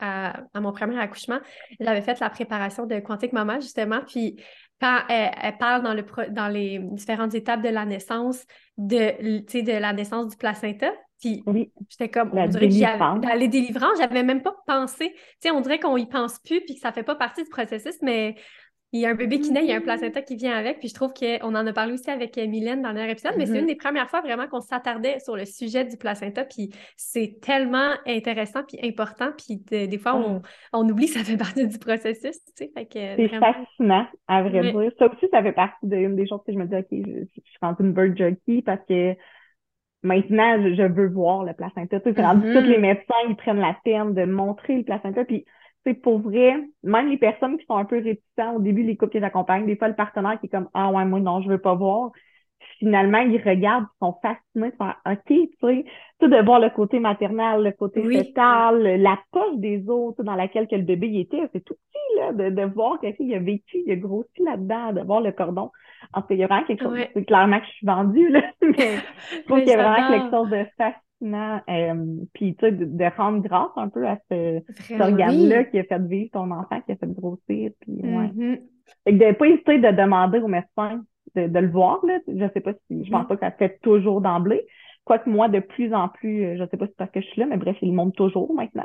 à mon premier accouchement, j'avais fait la préparation de Quantique Mama, justement. Puis quand elle parle dans les différentes étapes de la naissance, tu sais, de la naissance du placenta, puis Oui, j'étais comme, la on dirait que délivrance. dans les délivrances, j'avais même pas pensé. Tu sais, on dirait qu'on y pense plus, puis que ça fait pas partie du processus, mais il y a un bébé qui naît, il y a un Mhm. placenta qui vient avec, puis je trouve qu'on en a parlé aussi avec Mylène dans le dernier épisode, mais c'est une Mhm. des premières fois vraiment qu'on s'attardait sur le sujet du placenta, puis c'est tellement intéressant puis important, puis des fois, Ah, on oublie que ça fait partie du processus, tu sais, fait que c'est vraiment, fascinant, à vrai ouais. dire. Ça aussi, ça fait partie d'une des choses que je me dis, OK, je suis rendue une bird jockey parce que maintenant, je veux voir le placenta. Tu sais, c'est rendu que tous les Mhm. médecins, ils prennent la peine de montrer le placenta. Puis, c'est pour vrai, même les personnes qui sont un peu réticentes au début, les couples que j'accompagne, des fois, le partenaire qui est comme, ah ouais, moi, non, je veux pas voir. Finalement, ils regardent, ils sont fascinés de faire, OK, tu sais, de voir le côté maternel, le côté Oui, fœtal, la poche des os, tu sais, dans laquelle que le bébé il était, c'est tout petit, là, de voir quelqu'un qui a vécu, il a grossi là-dedans, de voir le cordon. En tout cas, il y a vraiment quelque chose. ouais, C'est clairement que je suis vendue, là, mais je trouve mais qu'il y a vraiment quelque j'adore, chose de fascinant. Puis, tu sais, de rendre grâce un peu à cet vraiment. organe-là Oui. qui a fait vivre ton enfant, qui a fait grossir. Puis, ouais. Mhm, Fait que de pas hésiter de demander au médecin de le voir, là. Je sais pas si, je pense mhm, pas que ça se fait toujours d'emblée. Quoique moi, de plus en plus, je sais pas si c'est parce que je suis là, mais bref, ils le montrent toujours maintenant.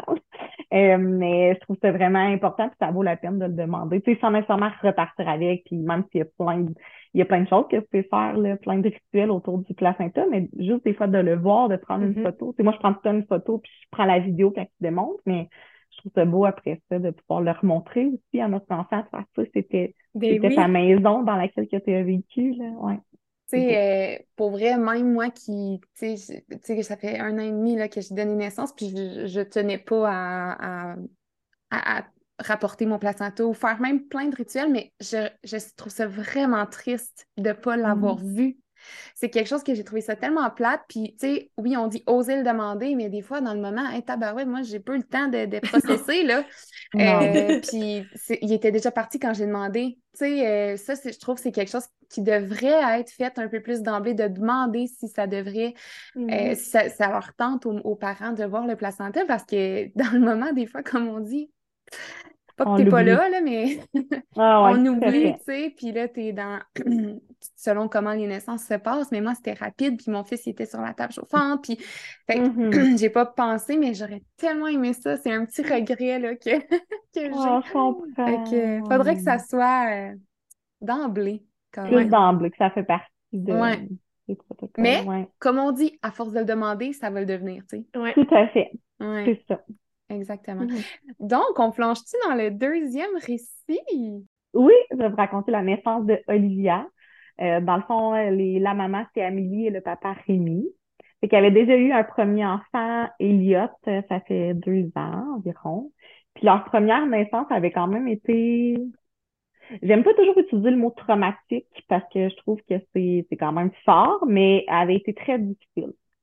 Mais je trouve que c'est vraiment important, puis ça vaut la peine de le demander. Tu sais, sans nécessairement repartir avec, puis même s'il y a il y a plein de choses que vous pouvez faire, là, plein de rituels autour du placenta, mais juste des fois de le voir, de prendre une mhm. photo. Tu sais, moi, je prends tout le temps une photo, puis je prends la vidéo quand il démontre, mais je trouve ça beau après ça de pouvoir le remontrer aussi à notre enfant. Faire ça, Ben c'était ta oui, maison dans laquelle tu as vécu, là. Ouais, Tu c'est beau. sais, pour vrai, même moi qui, tu sais, ça fait 1 an et demi là, que j'ai donné naissance, puis je tenais pas à rapporter mon placenta ou faire même plein de rituels, mais je trouve ça vraiment triste de pas l'avoir Mhm. vu. C'est quelque chose que j'ai trouvé ça tellement plate. Puis, tu sais, oui, on dit oser le demander, mais des fois, dans le moment, hey, tabarouette, moi, j'ai pas eu le temps de non. processer, là. Non. Puis, il était déjà parti quand j'ai demandé. Tu sais, ça, je trouve que c'est quelque chose qui devrait être fait un peu plus d'emblée, de demander si ça devrait, Mhm. si ça leur tente aux parents de voir le placenta, parce que dans le moment, des fois, comme on dit, pas que On t'es pas l'oublie. là, mais Ah ouais, on tout à oublie, fait. tu sais, puis là, t'es dans, selon comment les naissances se passent, mais moi, c'était rapide, puis mon fils, il était sur la table chauffante, puis, fait Mhm. que j'ai pas pensé, mais j'aurais tellement aimé ça, c'est un petit regret, là, que j'ai. Oh, je Fait que, comprends. faudrait que Ouais. ça soit d'emblée, quand Plus Ouais, même. d'emblée que ça fait partie Ouais. des protocoles, Mais, ouais. comme on dit, à force de le demander, ça va le devenir, tu sais. ouais. Tout à fait. Ouais, C'est ça. exactement. Mhm. Donc, on plonge-tu dans le deuxième récit? Oui, je vais vous raconter la naissance de Olivia. Dans le fond, la maman, c'est Amélie et le papa Rémi. Fait qu'elle avait déjà eu un premier enfant, Elliot, ça fait 2 ans environ. Puis leur première naissance avait quand même été... J'aime pas toujours utiliser le mot traumatique parce que je trouve que c'est quand même fort, mais elle avait été très difficile.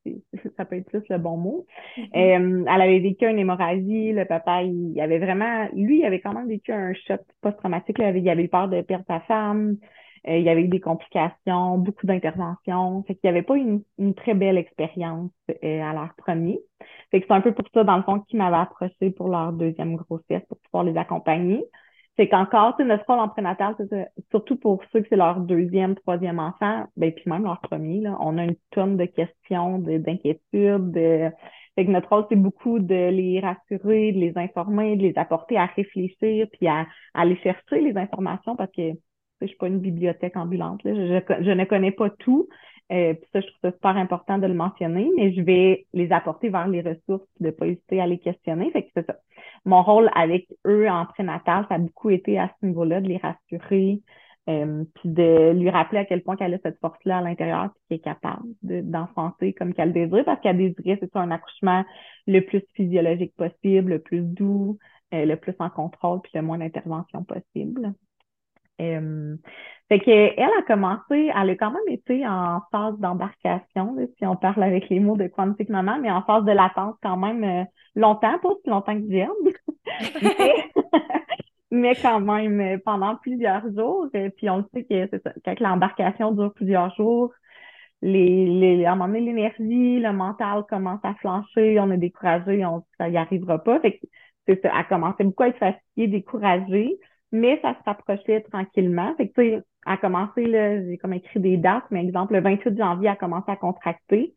ça peut être plus le bon mot. Mhm. Elle avait vécu une hémorragie. Le papa, il avait vraiment... Lui, il avait quand même vécu un choc post-traumatique. Là. Il avait eu peur de perdre sa femme. Il y avait eu des complications, beaucoup d'interventions. Fait qu'il n'y avait pas une très belle expérience à leur premier. Fait que c'est un peu pour ça, dans le fond, qu'ils m'avaient approché pour leur deuxième grossesse, pour pouvoir les accompagner. C'est qu'encore, tu sais, notre rôle en prénatal, surtout pour ceux que c'est leur deuxième, troisième enfant, ben, puis même leur premier, là, on a une tonne de questions, d'inquiétudes. Fait que notre rôle, c'est beaucoup de les rassurer, de les informer, de les apporter à réfléchir, puis à aller chercher les informations parce que tu sais, je suis pas une bibliothèque ambulante, là. Je ne connais pas tout. Puis ça, je trouve ça super important de le mentionner, mais je vais les apporter vers les ressources, de ne pas hésiter à les questionner. Fait que c'est ça. Mon rôle avec eux en prénatal, ça a beaucoup été à ce niveau-là, de les rassurer, puis de lui rappeler à quel point qu'elle a cette force-là à l'intérieur, puis qu'elle est capable d'enfanter comme qu'elle désire, parce qu'elle désirait, c'est ça, un accouchement le plus physiologique possible, le plus doux, le plus en contrôle, puis le moins d'intervention possible. Euh, Fait que elle a commencé, elle a quand même été en phase d'embarcation, là, si on parle avec les mots de Quantique Maman, mais en phase de latence quand même longtemps, pas aussi longtemps que j'aime, mais, mais quand même pendant plusieurs jours. Puis on le sait que c'est ça, quand l'embarcation dure plusieurs jours, à un moment donné, l'énergie, le mental commence à flancher, on est découragé, on se dit ça y arrivera pas. Fait que c'est ça, elle commençait beaucoup à être fatiguée, découragée, mais ça se rapprochait tranquillement. Fait que tu sais, elle a commencé, là, j'ai comme écrit des dates, mais exemple, le 28 janvier, elle a commencé à contracter.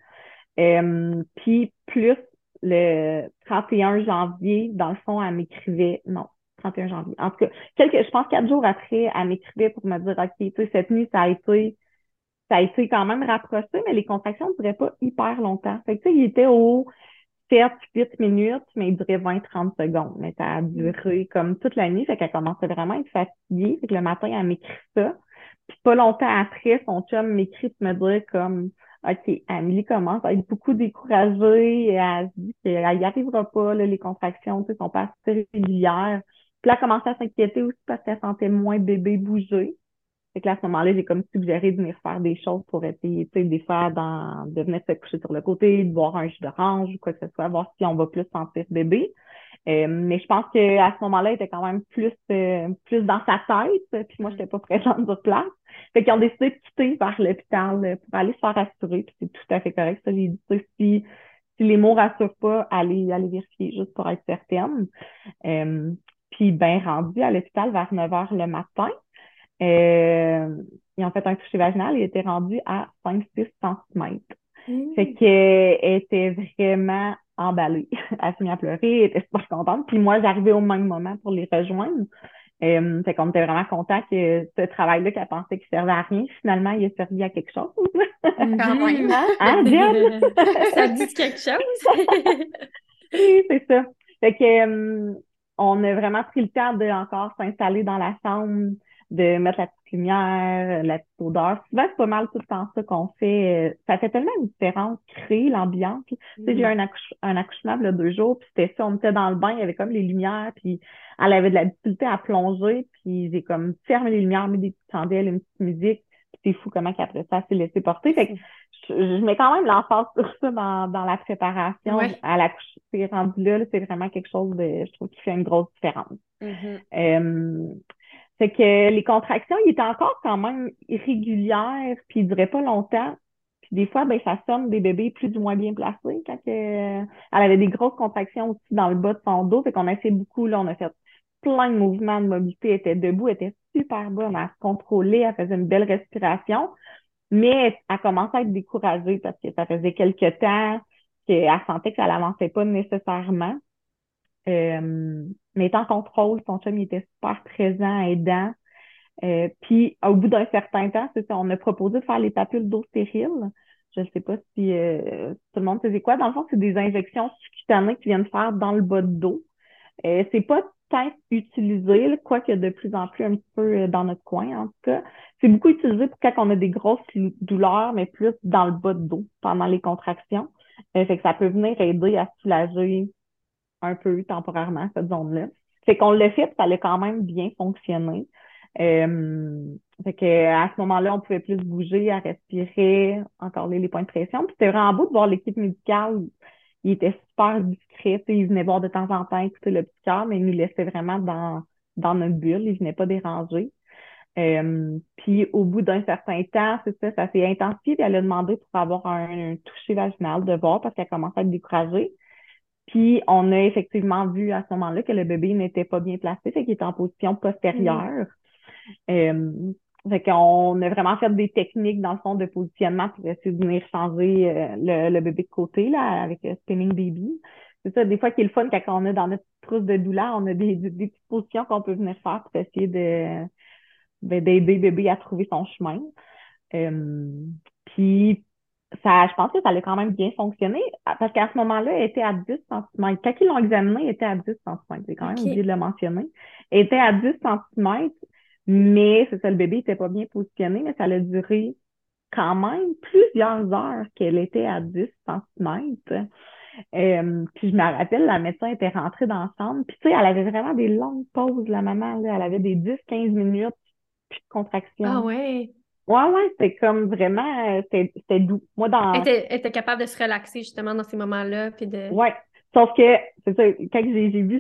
Puis plus le 31 janvier, dans le fond, elle m'écrivait, non, 31 janvier. En tout cas, je pense 4 jours après, elle m'écrivait pour me dire, OK, tu sais, cette nuit, ça a été quand même rapproché, mais les contractions ne duraient pas hyper longtemps. Fait que, tu sais, il était au 7-8 minutes, mais il durait 20-30 secondes. Mais ça a duré comme toute la nuit, fait qu'elle commençait vraiment à être fatiguée. Fait que le matin, elle m'écrit ça. Puis pas longtemps après, son chum m'écrit pour me dire comme OK, Amélie commence à être beaucoup découragée. Et elle se dit qu'elle n'y arrivera pas, là, les contractions, tu sais, sont pas assez régulières. Puis là, elle a commencé à s'inquiéter aussi parce qu'elle sentait moins bébé bouger. Fait que là, à ce moment-là, j'ai comme suggéré de venir faire des choses pour essayer, tu sais, des fois, de venir se coucher sur le côté, de boire un jus d'orange ou quoi que ce soit, voir si on va plus sentir bébé. Mais je pense qu'à ce moment-là, il était quand même plus dans sa tête, puis moi, je n'étais pas présente sur place. Fait qu'ils ont décidé de quitter vers l'hôpital pour aller se faire rassurer, puis c'est tout à fait correct. Ça, j'ai dit ça, si les mots rassurent pas, allez vérifier juste pour être certaine. Euh, Puis, ben, rendu à l'hôpital vers 9 heures le matin, ils ont fait un toucher vaginal, il était rendu à 5-6 centimètres. Fait Mm. qu'elle était vraiment emballée. Elle s'est mise à pleurer, elle était super contente. Puis moi, j'arrivais au même moment pour les rejoindre. Fait qu'on était vraiment contents que ce travail-là qu'elle pensait qu'il servait à rien, finalement, il a servi à quelque chose. Quand même, Mhm. hein? Hein, Jen? Ça dit quelque chose? Oui, c'est ça. Fait que, on a vraiment pris le temps de encore s'installer dans la chambre, de mettre la petite lumière, la petite odeur. Souvent, c'est pas mal tout le temps ça qu'on fait. Ça fait tellement une différence, créer l'ambiance. Tu sais, j'ai eu Mm. un accouchement il y a 2 jours, puis c'était ça, on était dans le bain, il y avait comme les lumières, puis elle avait de la difficulté à plonger, puis j'ai comme fermé les lumières, mis des petites chandelles, une petite musique, puis c'est fou comment qu'après ça, elle s'est laissée porter. Fait que je mets quand même l'emphase sur ça dans la préparation Ouais. à la couche. C'est rendu là, c'est vraiment quelque chose de, je trouve, qui fait une grosse différence. Mhm. Euh, Fait que les contractions, ils étaient encore quand même irrégulières, puis ils duraient pas longtemps. Puis des fois, ben, ça sonne des bébés plus ou moins bien placés quand elle avait des grosses contractions aussi dans le bas de son dos. Fait qu'on a fait beaucoup, là, on a fait plein de mouvements de mobilité. Elle était debout, elle était super bonne, elle se contrôlait, elle faisait une belle respiration. Mais elle commençait à être découragée parce que ça faisait quelque temps qu'elle sentait que ça l'avançait pas nécessairement. Mais étant en contrôle, son chum il était super présent, aidant. Puis au bout d'un certain temps, c'est ça, on a proposé de faire les papules d'eau stérile. Je ne sais pas si tout le monde sait c'est quoi. Dans le fond, c'est des injections subcutanées qui viennent faire dans le bas de dos. C'est pas tant utilisé, là, quoique de plus en plus un petit peu dans notre coin, en tout cas. C'est beaucoup utilisé pour quand on a des grosses douleurs, mais plus dans le bas de dos pendant les contractions. Fait que ça peut venir aider à soulager un peu temporairement cette zone-là. Fait qu'on l'a fait, ça a quand même bien fonctionné. Fait que, à ce moment-là, on pouvait plus bouger, elle respirait, encore les points de pression. Puis c'était vraiment beau de voir l'équipe médicale. Il était super discret. Tu sais, il venait voir de temps en temps écouter le petit cœur, mais il nous laissait vraiment dans notre bulle. Il venait pas déranger. Puis au bout d'un certain temps, c'est ça, ça s'est intensifié. Puis elle a demandé pour avoir un toucher vaginal de voir parce qu'elle commençait à être découragée. Puis on a effectivement vu à ce moment-là que le bébé n'était pas bien placé, fait qu'il était en position Mm. postérieure. Euh, Fait qu'on a vraiment fait des techniques, dans le fond, de positionnement pour essayer de venir changer le bébé de côté, là, avec le spinning baby. C'est ça, des fois, qui est le fun, quand on est dans notre trousse de douleur, on a des petites positions qu'on peut venir faire pour essayer d'aider le bébé à trouver son chemin. Euh, Puis, ça, je pense que ça allait quand même bien fonctionner parce qu'à ce moment-là, elle était à 10 centimètres. Quand ils l'ont examinée, elle était à 10 centimètres. J'ai quand même oublié OK. de le mentionner. Elle était à 10 centimètres, mais c'est ça, le bébé était pas bien positionné, mais ça a duré quand même plusieurs heures qu'elle était à 10 centimètres. Puis je me rappelle, la médecin était rentrée dans la chambre, puis tu sais, elle avait vraiment des longues pauses, la maman, là. Elle avait des 10-15 minutes, puis de Ah contraction. ouais. Ouais, c'était comme vraiment, c'était doux. Moi, Elle était capable de se relaxer justement dans ces moments-là, puis de... ouais. Sauf que, c'est ça, quand j'ai vu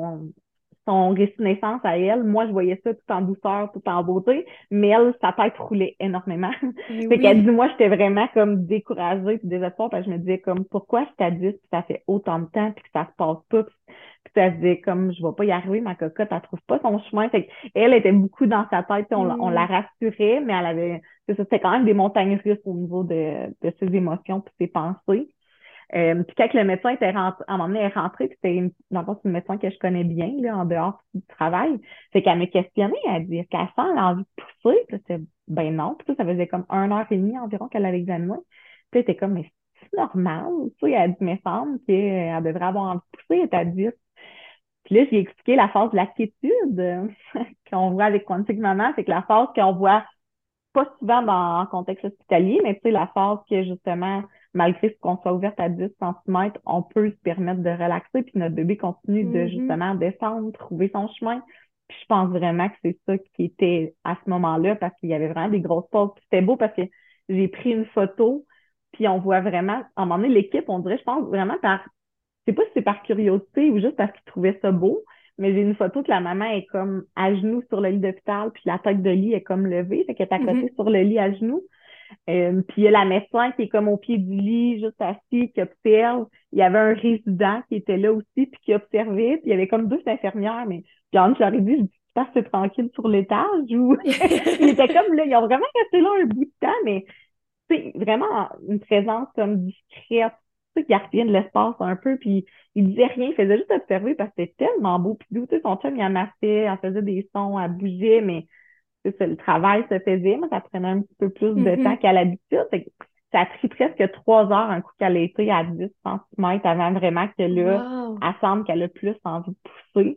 son récit de naissance à elle, moi, je voyais ça tout en douceur, tout en beauté, mais elle, sa tête roulait énormément. Eh Fait qu'elle dit, oui. moi, j'étais vraiment comme découragée puis désespoir, parce que je me disais comme, pourquoi je t'addice puis ça fait autant de temps puis que ça se passe pas, puis ça se disait comme, je vais pas y arriver, ma cocotte, elle trouve pas son chemin. Fait qu'elle était beaucoup dans sa tête, puis on la Mm. rassurait, mais elle avait, c'est ça, c'était quand même des montagnes russes au niveau de ses émotions puis ses pensées. Puis quand le médecin était rentré, à un moment donné, elle est rentrée, puis c'était dans le fond, c'est une médecin que je connais bien, là, en dehors du travail. Fait qu'elle m'a questionnée, elle dit, est-ce qu'elle sent l'envie de pousser? Puis là, c'était, ben non. Puis ça faisait comme 1 heure et demie environ qu'elle l'avait examiné. Puis elle était comme, mais c'est normal, tu sais, elle dit, mais semble qu'elle devrait avoir envie de pousser, elle t'a dit. Puis là, j'ai expliqué la phase de la quiétude qu'on voit avec Quantique Maman, c'est que la phase qu'on voit pas souvent en contexte hospitalier, mais tu sais, la phase que justement, malgré ce qu'on soit ouverte à 10 centimètres, on peut se permettre de relaxer, puis notre bébé continue de Mhm. justement descendre, trouver son chemin. Puis je pense vraiment que c'est ça qui était à ce moment-là, parce qu'il y avait vraiment des grosses pauses. Puis c'était beau parce que j'ai pris une photo, puis on voit vraiment, à un moment donné, l'équipe, on dirait, je pense vraiment je sais pas si c'est par curiosité ou juste parce qu'ils trouvaient ça beau, mais j'ai une photo que la maman est comme à genoux sur le lit d'hôpital, puis la tête de lit est comme levée, fait qu'elle est à côté Mhm. sur le lit à genoux. Puis il y a la médecin qui est comme au pied du lit, juste assis, qui observe. Il y avait un résident qui était là aussi, puis qui observait. Puis il y avait comme deux infirmières, mais puis je leur ai dit, je dis, tu passes tranquille sur l'étage ou il était comme là, ils ont vraiment resté là un bout de temps, mais c'est vraiment une présence comme discrète, tu sais, gardien de l'espace un peu, puis il disait rien, il faisait juste observer parce que c'était tellement beau, puis doux, tu sais, son chum, il amassait, elle faisait des sons, elle bougeait, mais c'est ça, le travail se faisait, mais ça prenait un petit peu plus de temps Mhm. qu'à l'habitude. Fait que ça a pris presque 3 heures un coup qu'elle a été à 10 centimètres avant vraiment que là, Wow. elle semble qu'elle a plus envie de pousser.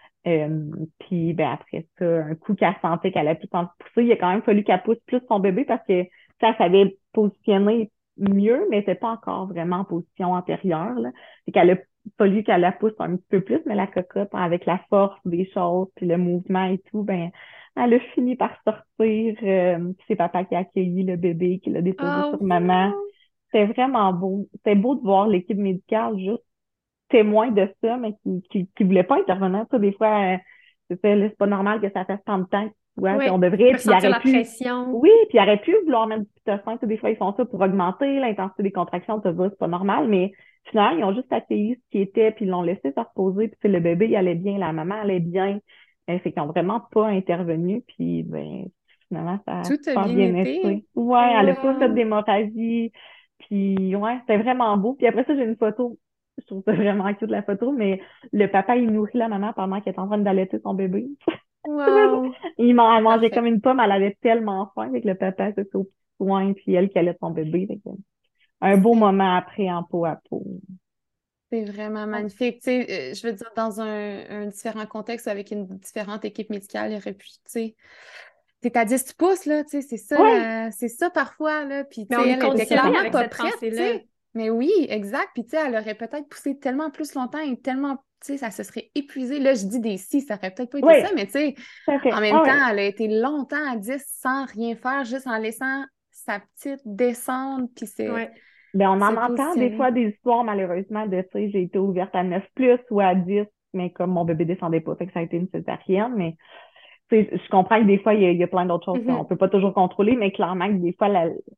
Puis ben après ça, un coup qu'elle sentait qu'elle a plus envie de pousser, il a quand même fallu qu'elle pousse plus son bébé parce que ça savait positionner mieux, mais c'était pas encore vraiment en position antérieure. Là. C'est qu'elle a fallu qu'elle la pousse un petit peu plus, mais la cocotte, avec la force des choses, puis le mouvement et tout, ben elle a fini par sortir. Puis c'est papa qui a accueilli le bébé, qui l'a déposé Ah sur maman. wow. C'était vraiment beau. C'était beau de voir l'équipe médicale juste témoin de ça, mais qui voulait pas intervenir. Ça, des fois, c'est pas normal que ça fasse tant de temps. Ouais, Oui. on devrait, puis il Ressentir aurait la pu, pression. oui, puis il aurait pu vouloir mettre du pitocin. Tu sais, des fois, ils font ça pour augmenter l'intensité des contractions. Tu vois, c'est pas normal, mais finalement, ils ont juste accueilli ce qui était, puis ils l'ont laissé se reposer. Puis tu sais, le bébé, il allait bien, la maman allait bien. Fait qu'ils ont vraiment pas intervenu. Puis, ben, finalement, ça a Tout a super bien bien été. été. Ouais, elle a pas fait Wow. d'hémorragie. Puis, ouais, c'était vraiment beau. Puis après ça, j'ai une photo. Je trouve ça vraiment cute, la photo, mais le papa, il nourrit la maman pendant qu'elle est en train d'allaiter son bébé. Wow. Elle mangeait Parfait. comme une pomme, elle avait tellement faim avec le papa, c'est au petit soin, puis elle qui allait son bébé. Fait que un beau C'est moment après en peau à peau. c'est vraiment magnifique. Tu sais, je veux dire, dans un différent contexte avec une différente équipe médicale, il aurait pu, tu sais, t'es à 10 pouces, là, tu sais, c'est ça, Ouais, c'est ça parfois, là. Puis, tu Mais sais, on est elle était c'est ça, ça conditionné clairement avec pas cette prête, tu pensée-là. sais. Mais oui, exact. Puis, tu sais, elle aurait peut-être poussé tellement plus longtemps et tellement, tu sais, ça se serait épuisé. Là, je dis des si, ça aurait peut-être pas été Oui, ça, mais tu sais, tout à en fait. même Ah, oui. temps, elle a été longtemps à 10 sans rien faire, juste en laissant sa petite descendre, puis Ouais. Ben, on se en entend des positionner. fois des histoires, malheureusement, de, tu sais, j'ai été ouverte à 9 plus ou à 10, mais comme mon bébé descendait pas, fait que ça a été une césarienne, mais tu sais, je comprends que des fois, il y a plein d'autres choses qu'on Mhm. peut pas toujours contrôler, mais clairement que des fois,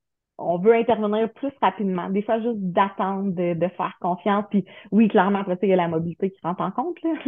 on veut intervenir plus rapidement. Des fois, juste d'attendre, de faire confiance. Puis oui, clairement, après ça, il y a la mobilité qui rentre en compte, là.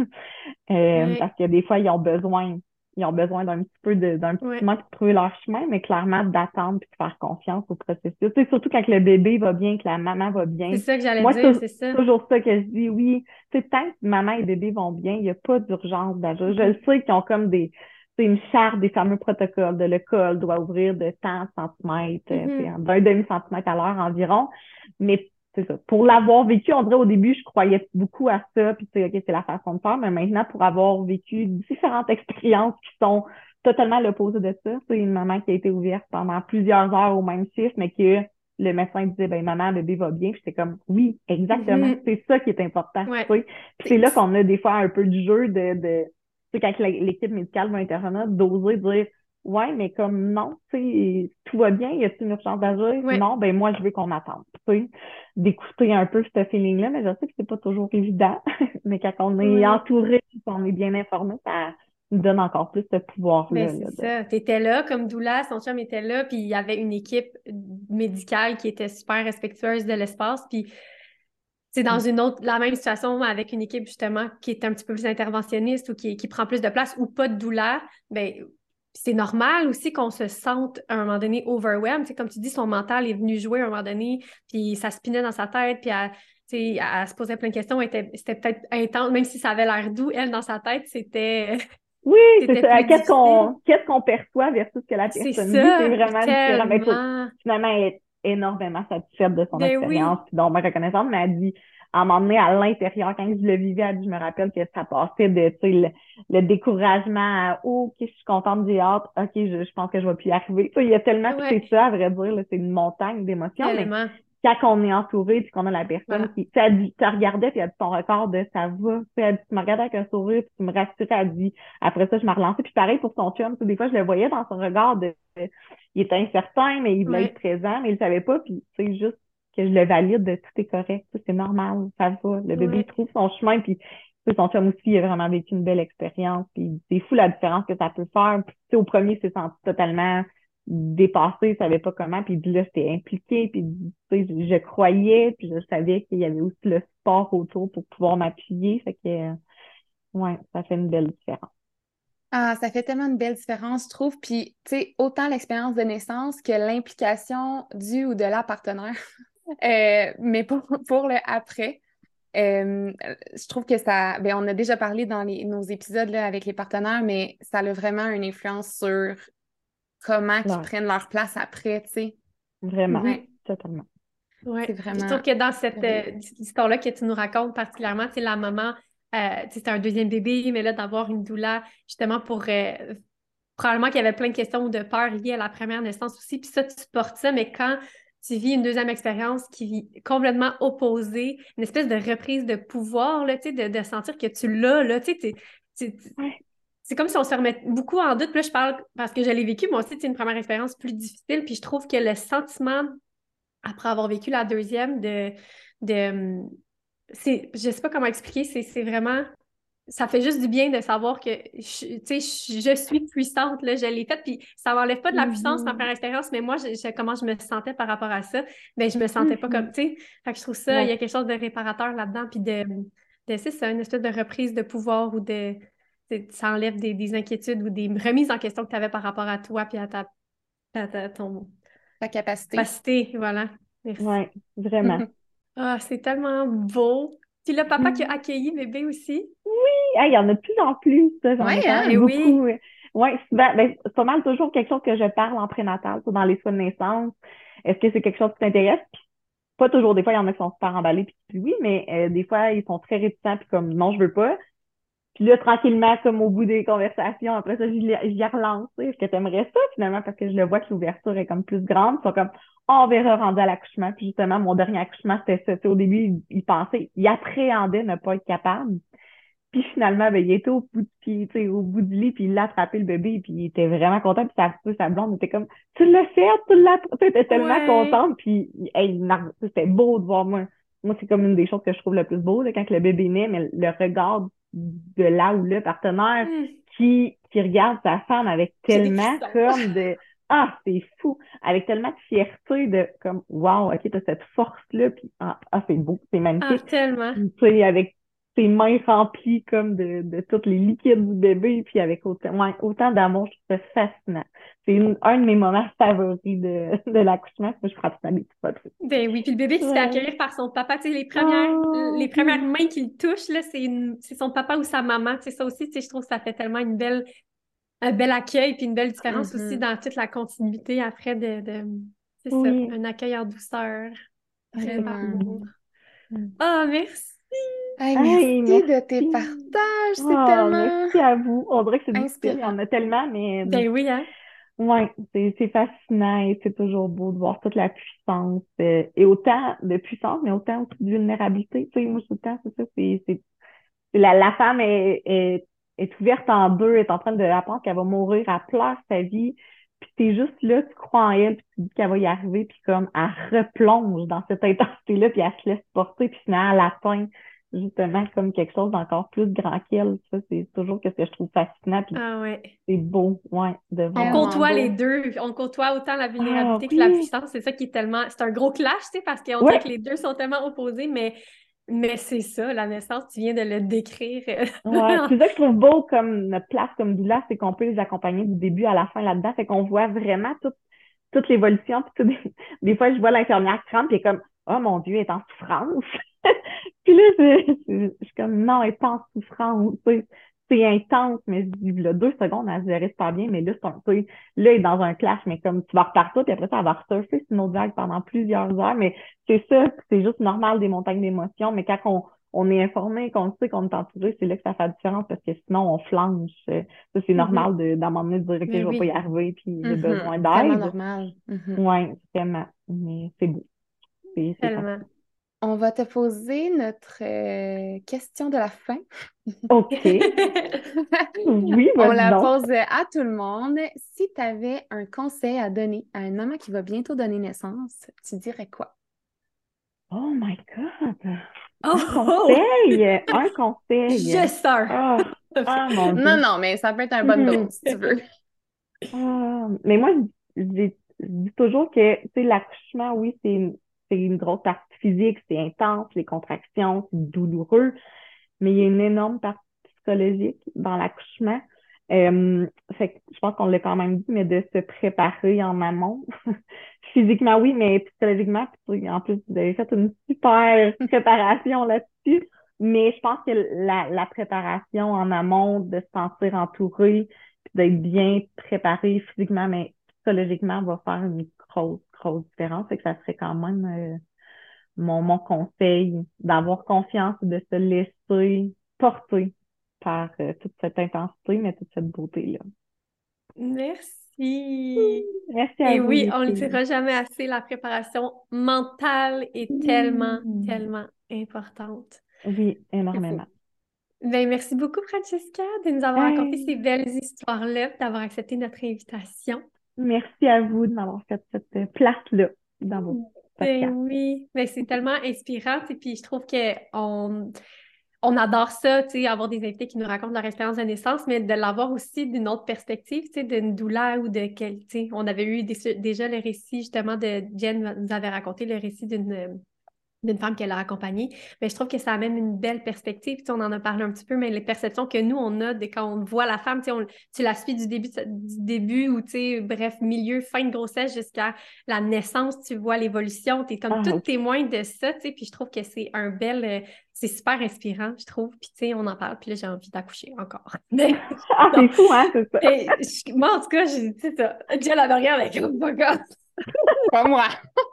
Ouais. Parce que des fois, ils ont besoin d'un petit peu d'un petit Ouais. moment pour trouver leur chemin, mais clairement d'attendre puis de faire confiance au processus. Tu sais, surtout quand le bébé va bien, que la maman va C'est bien. ça que j'allais Moi, dire, c'est c'est ça. toujours ça que je dis, oui. Tu sais, tant que maman et bébé vont bien, il n'y a pas d'urgence d'agir. Je le Mhm. sais qu'ils ont comme c'est une charte des fameux protocoles de le col doit ouvrir de tant de centimètres, tu sais, Mhm. d'un demi-centimètre à l'heure environ. Mais c'est ça. Pour l'avoir vécu, on dirait au début, je croyais beaucoup à ça, puis tu sais, OK, c'est la façon de faire, mais maintenant, pour avoir vécu différentes expériences qui sont totalement l'opposé de ça, c'est une maman qui a été ouverte pendant plusieurs heures au même chiffre, mais que le médecin disait, ben maman, le bébé va bien, puis c'est comme, oui, exactement, Mhm. c'est ça qui est important, Ouais. tu sais. Puis c'est C'est- là qu'on a des fois un peu du jeu tu sais, quand l'équipe médicale va intervenir, d'oser dire, ouais, mais comme non, tu sais, tout va bien, y a-t-il une urgence d'agir? Ouais. Non, ben moi, je veux qu'on attende, tu sais, d'écouter un peu ce feeling-là, mais je sais que c'est pas toujours évident, mais quand on est Ouais. entouré, qu'on est bien informé, ça nous donne encore plus ce Ben, pouvoir-là, c'est là, ça. Tu étais là comme doula, son chum était là, puis il y avait une équipe médicale qui était super respectueuse de l'espace. Puis c'est dans la même situation avec une équipe justement qui est un petit peu plus interventionniste ou qui prend plus de place ou pas de doula. Ben, c'est normal aussi qu'on se sente à un moment donné overwhelmed. Tu sais, comme tu dis, son mental est venu jouer à un moment donné, puis ça spinait dans sa tête, puis tu sais, elle se posait plein de questions. C'était peut-être intense, même si ça avait l'air doux, elle, dans sa tête, c'était oui, c'est c'était ça. plus difficile. Qu'est-ce qu'on perçoit versus ce que la C'est personne vit, c'est ça, vraiment différent. Mais faut tellement. finalement être énormément satisfaite de son Ben expérience, oui, puis donc ma reconnaissante, mais elle dit, à un moment donné, à l'intérieur, quand je le vivais, elle dit, je me rappelle que ça passait de, tu sais, le découragement à, oh, que je suis contente, j'ai hâte, ok, je pense que je vais plus y arriver. Tu sais, il y a tellement, puis c'est ouais, ça, à vrai dire, là, c'est une montagne d'émotions, mais tellement. quand on est entouré puis qu'on a la personne Voilà. qui, tu sais, elle dit, tu regardais puis elle dit ton record de ça va, tu sais, elle dit, tu me regardais avec un sourire puis tu me rassurais, elle dit, après ça, je me relançais puis pareil pour son chum, tu sais, des fois, je le voyais dans son regard il était incertain, mais il voulait être Ouais, présent, mais il savait pas puis c'est juste que je le valide de tout est correct, tu sais, c'est normal, ça va, le bébé il ouais, trouve son chemin puis tu sais, son chum aussi, il a vraiment vécu une belle expérience puis c'est fou la différence que ça peut faire puis tu sais, au premier, il s'est senti totalement dépassé, il savait pas comment, puis là, j'étais impliquée, puis tu sais, je croyais, puis je savais qu'il y avait aussi le sport autour pour pouvoir m'appuyer, fait que, ouais, ça fait une belle différence. Ah, ça fait tellement une belle différence, je trouve. Puis, tu sais, autant l'expérience de naissance que l'implication du ou de la partenaire. Mais pour le après, je trouve que ça, ben, on a déjà parlé dans nos épisodes là, avec les partenaires, mais ça a vraiment une influence sur comment ils Ouais, prennent leur place après, tu sais. vraiment, mhm, Ouais, totalement. c'est ouais. Puis je vraiment trouve que dans cette merveilleux. histoire-là que tu nous racontes particulièrement, tu sais, la maman, tu sais, c'est un deuxième bébé, mais là, d'avoir une doula, justement, pour probablement qu'il y avait plein de questions ou de peurs liées à la première naissance aussi. Puis ça, tu portes ça, mais quand tu vis une deuxième expérience qui vit complètement opposée, une espèce de reprise de pouvoir, là, tu sais, de sentir que tu l'as, là, tu sais, Ouais. c'est comme si on se remet beaucoup en doute. Puis là, je parle parce que je l'ai vécu, moi aussi, c'est une première expérience plus difficile. Puis je trouve que le sentiment, après avoir vécu la deuxième, de je sais pas comment expliquer, c'est vraiment ça fait juste du bien de savoir que tu sais, je suis puissante, là, je l'ai faite, puis ça m'enlève pas de la puissance, ma Mhm. première expérience, mais moi, comment je me sentais par rapport à ça, ben je me sentais pas comme, Mhm. tu sais, fait que je trouve ça, il y a Ouais. quelque chose de réparateur là-dedans, puis c'est ça, une espèce de reprise de pouvoir ou ça enlève des inquiétudes ou des remises en question que tu avais par rapport à toi, puis à ton Ta capacité. capacité, voilà, merci. Ouais, vraiment. Ah, c'est tellement beau. Puis le papa qui a Mhm. accueilli bébé aussi. Ah, il y en a de plus en plus, ça, j'en Ouais, ai quand hein? même Eh oui. beaucoup. Ouais, souvent, ben, c'est pas mal toujours quelque chose que je parle en prénatal, ça, dans les soins de naissance. Est-ce que c'est quelque chose qui t'intéresse? Pas toujours, des fois, il y en a qui sont super emballés, puis oui, mais des fois, ils sont très réticents, puis comme non, je veux pas. Puis là, tranquillement, comme au bout des conversations, après ça, je l'y relance. Est-ce que tu aimerais ça, finalement? Parce que je le vois que l'ouverture est comme plus grande. Ils sont comme, oh, on verra rendu à l'accouchement. Puis justement, mon dernier accouchement, c'était ça. Tu sais, au début, il pensait, il appréhendait ne pas être capable. Puis finalement, ben, il était au bout, tu sais, au bout du lit, puis il l'a attrapé le bébé, puis il était vraiment content. Puis sa blonde était comme, tu l'as fait, tu l'as, tu sais, elle était tellement Ouais. contente. Puis hey, c'était beau de voir moi. Moi, c'est comme une des choses que je trouve le plus beau, là, quand le bébé naît, mais le regard de là ou le partenaire Hmm. qui regarde sa femme avec J'ai des tellement frissons. comme de, ah, c'est fou, avec tellement de fierté de comme, wow, ok, t'as cette force-là, puis c'est beau, c'est Ah, magnifique. tellement. Puis, tu sais, avec ses mains remplies comme de tous les liquides du bébé, puis avec autant, ouais, autant d'amour, je trouve ça fascinant. C'est un de mes moments favoris de l'accouchement. Moi, je prends tout le temps des petites photos. Ben oui, puis le bébé qui se fait Ouais. accueillir par son papa, tu sais, les Oh, premières oui. mains qu'il touche, là, c'est son papa ou sa maman. Tu sais, ça aussi, tu sais, je trouve que ça fait tellement un bel accueil, puis une belle différence aussi Mhm. dans toute la continuité après c'est ça, Oui, un accueil en douceur. Vraiment Vraiment. beau. effectivement. Mm. Ah, merci! Hey, merci Hey, de tes merci. partages. C'est Oh, tellement merci à vous. On dirait que c'est difficile, il y inspirant. en a tellement, mais Ben oui, hein? ouais, c'est fascinant et c'est toujours beau de voir toute la puissance et autant de puissance, mais autant aussi de vulnérabilité. Tu sais, moi, tout le temps, c'est ça, la femme est ouverte en deux, est en train de apprendre qu'elle va mourir, elle pleure sa vie, puis t'es juste là, tu crois en elle, puis tu dis qu'elle va y arriver, puis comme elle replonge dans cette intensité-là, puis elle se laisse porter, puis finalement elle atteint justement comme quelque chose d'encore plus grand qu'elle. Ça, c'est toujours ce que je trouve fascinant, puis Ah ouais. c'est beau, ouais, de On voir. Tellement côtoie les beau. deux. On côtoie autant la Ah vulnérabilité que la oui! puissance. C'est ça qui est tellement. C'est un gros clash, tu sais, parce qu'on dirait que Ouais, les deux sont tellement opposés, mais c'est ça, la naissance, tu viens de le décrire. ouais. C'est ça que je trouve beau comme notre place comme doula, c'est qu'on peut les accompagner du début à la fin là-dedans. Fait qu'on voit vraiment toute l'évolution. Puis des fois, je vois l'infirmière crampe, puis elle est comme, oh mon Dieu, elle est en souffrance. Puis là, je suis comme, non, elle est pas en souffrance. Tu sais, c'est intense, mais je dis, là, 2 secondes, elle se gérait pas bien, mais là, tu sais, là, elle est dans un clash, mais comme tu vas repartir, puis après ça, elle va resurfer sur une autre vague pendant plusieurs heures. Mais c'est ça, c'est juste normal des montagnes d'émotions. Mais quand on est informé, qu'on sait qu'on est entouré, c'est là que ça fait la différence, parce que sinon, on flanche. Ça, c'est Mhm. normal d'à un moment donné de dire, OK, je Mais vais pas y oui. arriver, puis j'ai Mhm. besoin Tellement d'aide. normal. Mhm. Ouais, vraiment. Mais c'est beau. C'est Tellement. facile. On va te poser notre question de la fin. OK. Oui, On vas-y la donc. pose à tout le monde. Si tu avais un conseil à donner à une maman qui va bientôt donner naissance, tu dirais quoi? Oh my God. Un Oh, conseil. oh! Un conseil. Je sors. Ah, ah, mon Non, Dieu. non, mais ça peut être un bundle Hmm. si tu veux. Ah, mais moi, je dis toujours que, tu sais, l'accouchement, oui, c'est une grosse partie physique, c'est intense, les contractions, c'est douloureux, mais il y a une énorme partie psychologique dans l'accouchement. Fait que je pense qu'on l'a quand même dit, mais de se préparer en amont. Physiquement, oui, mais psychologiquement, puis en plus, vous avez fait une super préparation là-dessus. Mais je pense que la préparation en amont, de se sentir entouré, puis d'être bien préparé physiquement, mais psychologiquement, va faire une grosse, grosse différence. Fait que ça serait quand même mon conseil d'avoir confiance et de se laisser porter par toute cette intensité, mais toute cette beauté-là. Merci. Merci à Et vous, oui, les on ne le filles. dira jamais assez, la préparation mentale est tellement, Mm. tellement importante. Oui, C'est fou. énormément. Ben, merci beaucoup, Francesca, de nous avoir raconté ces Hey, belles histoires-là, d'avoir accepté notre invitation. merci à vous de m'avoir fait cette place-là dans vos Ben podcasts. oui, ben c'est tellement inspirant, et puis je trouve que on adore ça, tu sais, avoir des invités qui nous racontent leur expérience de naissance, mais de l'avoir aussi d'une autre perspective, tu sais, d'une douleur ou de quel, tu sais, on avait eu déjà le récit justement de Jen nous avait raconté le récit d'une femme qu'elle a accompagnée, mais je trouve que ça amène une belle perspective. Tu sais, on en a parlé un petit peu, mais les perceptions que nous, on a quand on voit la femme, tu sais, tu la suis du début ou, tu sais, bref, milieu, fin de grossesse jusqu'à la naissance, tu vois l'évolution, tu es comme Ah tout oui. témoin de ça, tu sais, puis je trouve que c'est c'est super inspirant, je trouve, puis tu sais, on en parle, puis là, j'ai envie d'accoucher encore. Mais Ah, non, c'est fou, hein, c'est ça. moi, en tout cas, j'ai, tu sais ça, Jill, elle me regarde avec, oh my God. Pas moi.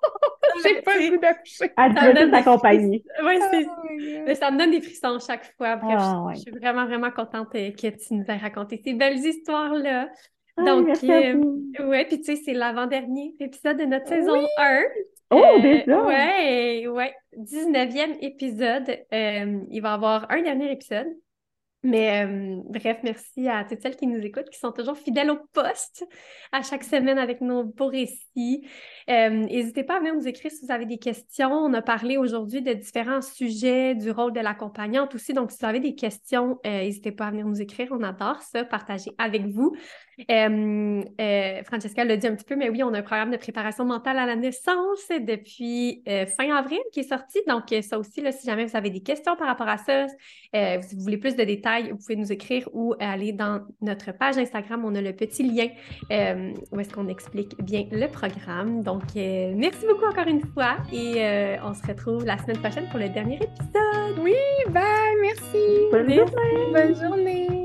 J'ai pas le goût d'accoucher. Elle Ça me veut donne tout des accompagner. Oui, Oh my God. ça me donne des frissons chaque fois. Bref, Ah, je ouais. suis vraiment, vraiment contente que tu nous aies raconté ces belles histoires-là. Ah, Donc, merci à vous. ouais, puis tu sais, c'est l'avant-dernier épisode de notre Oui! saison 1. Oh, déjà? Ouais, 19e épisode. Il va y avoir un dernier épisode. Mais bref, merci à toutes celles qui nous écoutent, qui sont toujours fidèles au poste à chaque semaine avec nos beaux récits. N'hésitez pas à venir nous écrire si vous avez des questions. On a parlé aujourd'hui de différents sujets, du rôle de l'accompagnante aussi. Donc, si vous avez des questions, n'hésitez pas à venir nous écrire. On adore ça, partager avec vous. Francesca l'a dit un petit peu, mais oui, on a un programme de préparation mentale à la naissance depuis fin avril qui est sorti. Donc, ça aussi, là, si jamais vous avez des questions par rapport à ça, si vous voulez plus de détails, vous pouvez nous écrire ou aller dans notre page Instagram. On a le petit lien où est-ce qu'on explique bien le programme. Donc, merci beaucoup encore une fois et on se retrouve la semaine prochaine pour le dernier épisode. Oui, bye, merci. Bonne Merci. journée. Bonne journée.